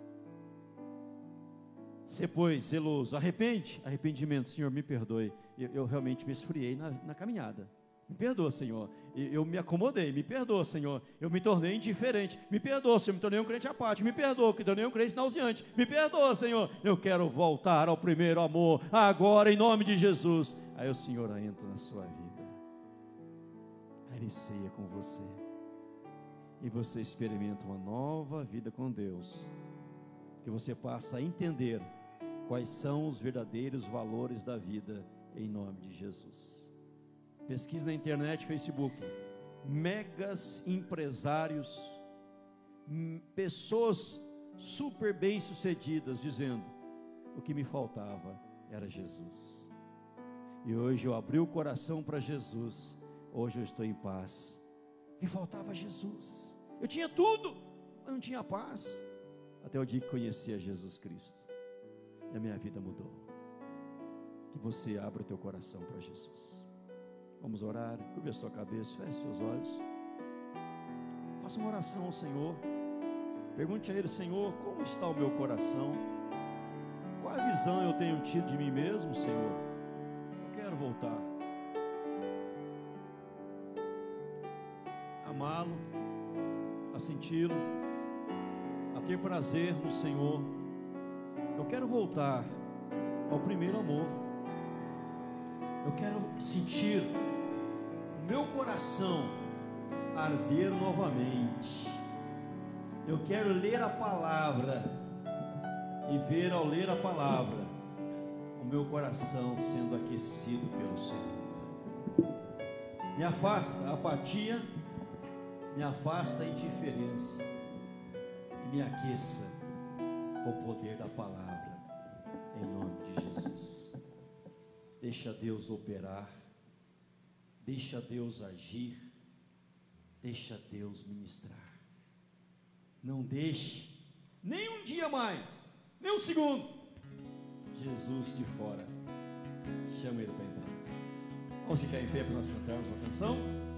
Ser, pois, zeloso, arrependimento, Senhor, me perdoe, eu realmente me esfriei na caminhada, me perdoa, Senhor, eu me acomodei, me perdoa, Senhor, eu me tornei indiferente, me perdoa, Senhor, me tornei um crente apático, me perdoa, que tornei um crente nauseante, me perdoa, Senhor, eu quero voltar ao primeiro amor, agora, em nome de Jesus. Aí o Senhor entra na sua vida, aí Ele ceia com você, e você experimenta uma nova vida com Deus, que você passa a entender quais são os verdadeiros valores da vida, em nome de Jesus. Pesquise na internet, Facebook, megas empresários, pessoas super bem sucedidas, dizendo: o que me faltava era Jesus, e hoje eu abri o coração para Jesus, hoje eu estou em paz. Me faltava Jesus, eu tinha tudo, mas não tinha paz, até o dia que conheci a Jesus Cristo, e a minha vida mudou. Que você abra o teu coração para Jesus. Vamos orar, curva a sua cabeça, feche seus olhos, faça uma oração ao Senhor, pergunte a Ele: Senhor, como está o meu coração? Qual a visão eu tenho tido de mim mesmo, Senhor? Eu quero voltar, amá-lo, a senti-lo, a ter prazer no Senhor. Eu quero voltar ao primeiro amor. Eu quero sentir o meu coração arder novamente. Eu quero ler a palavra e ver, ao ler a palavra, o meu coração sendo aquecido pelo Senhor. Me afasta a apatia, me afasta a indiferença e me aqueça com o poder da palavra, em nome de Jesus. Deixa Deus operar, deixa Deus agir, deixa Deus ministrar. Não deixe nem um dia mais, nem um segundo, Jesus de fora. Chama Ele para entrar. Vamos ficar em pé para nós cantarmos uma canção.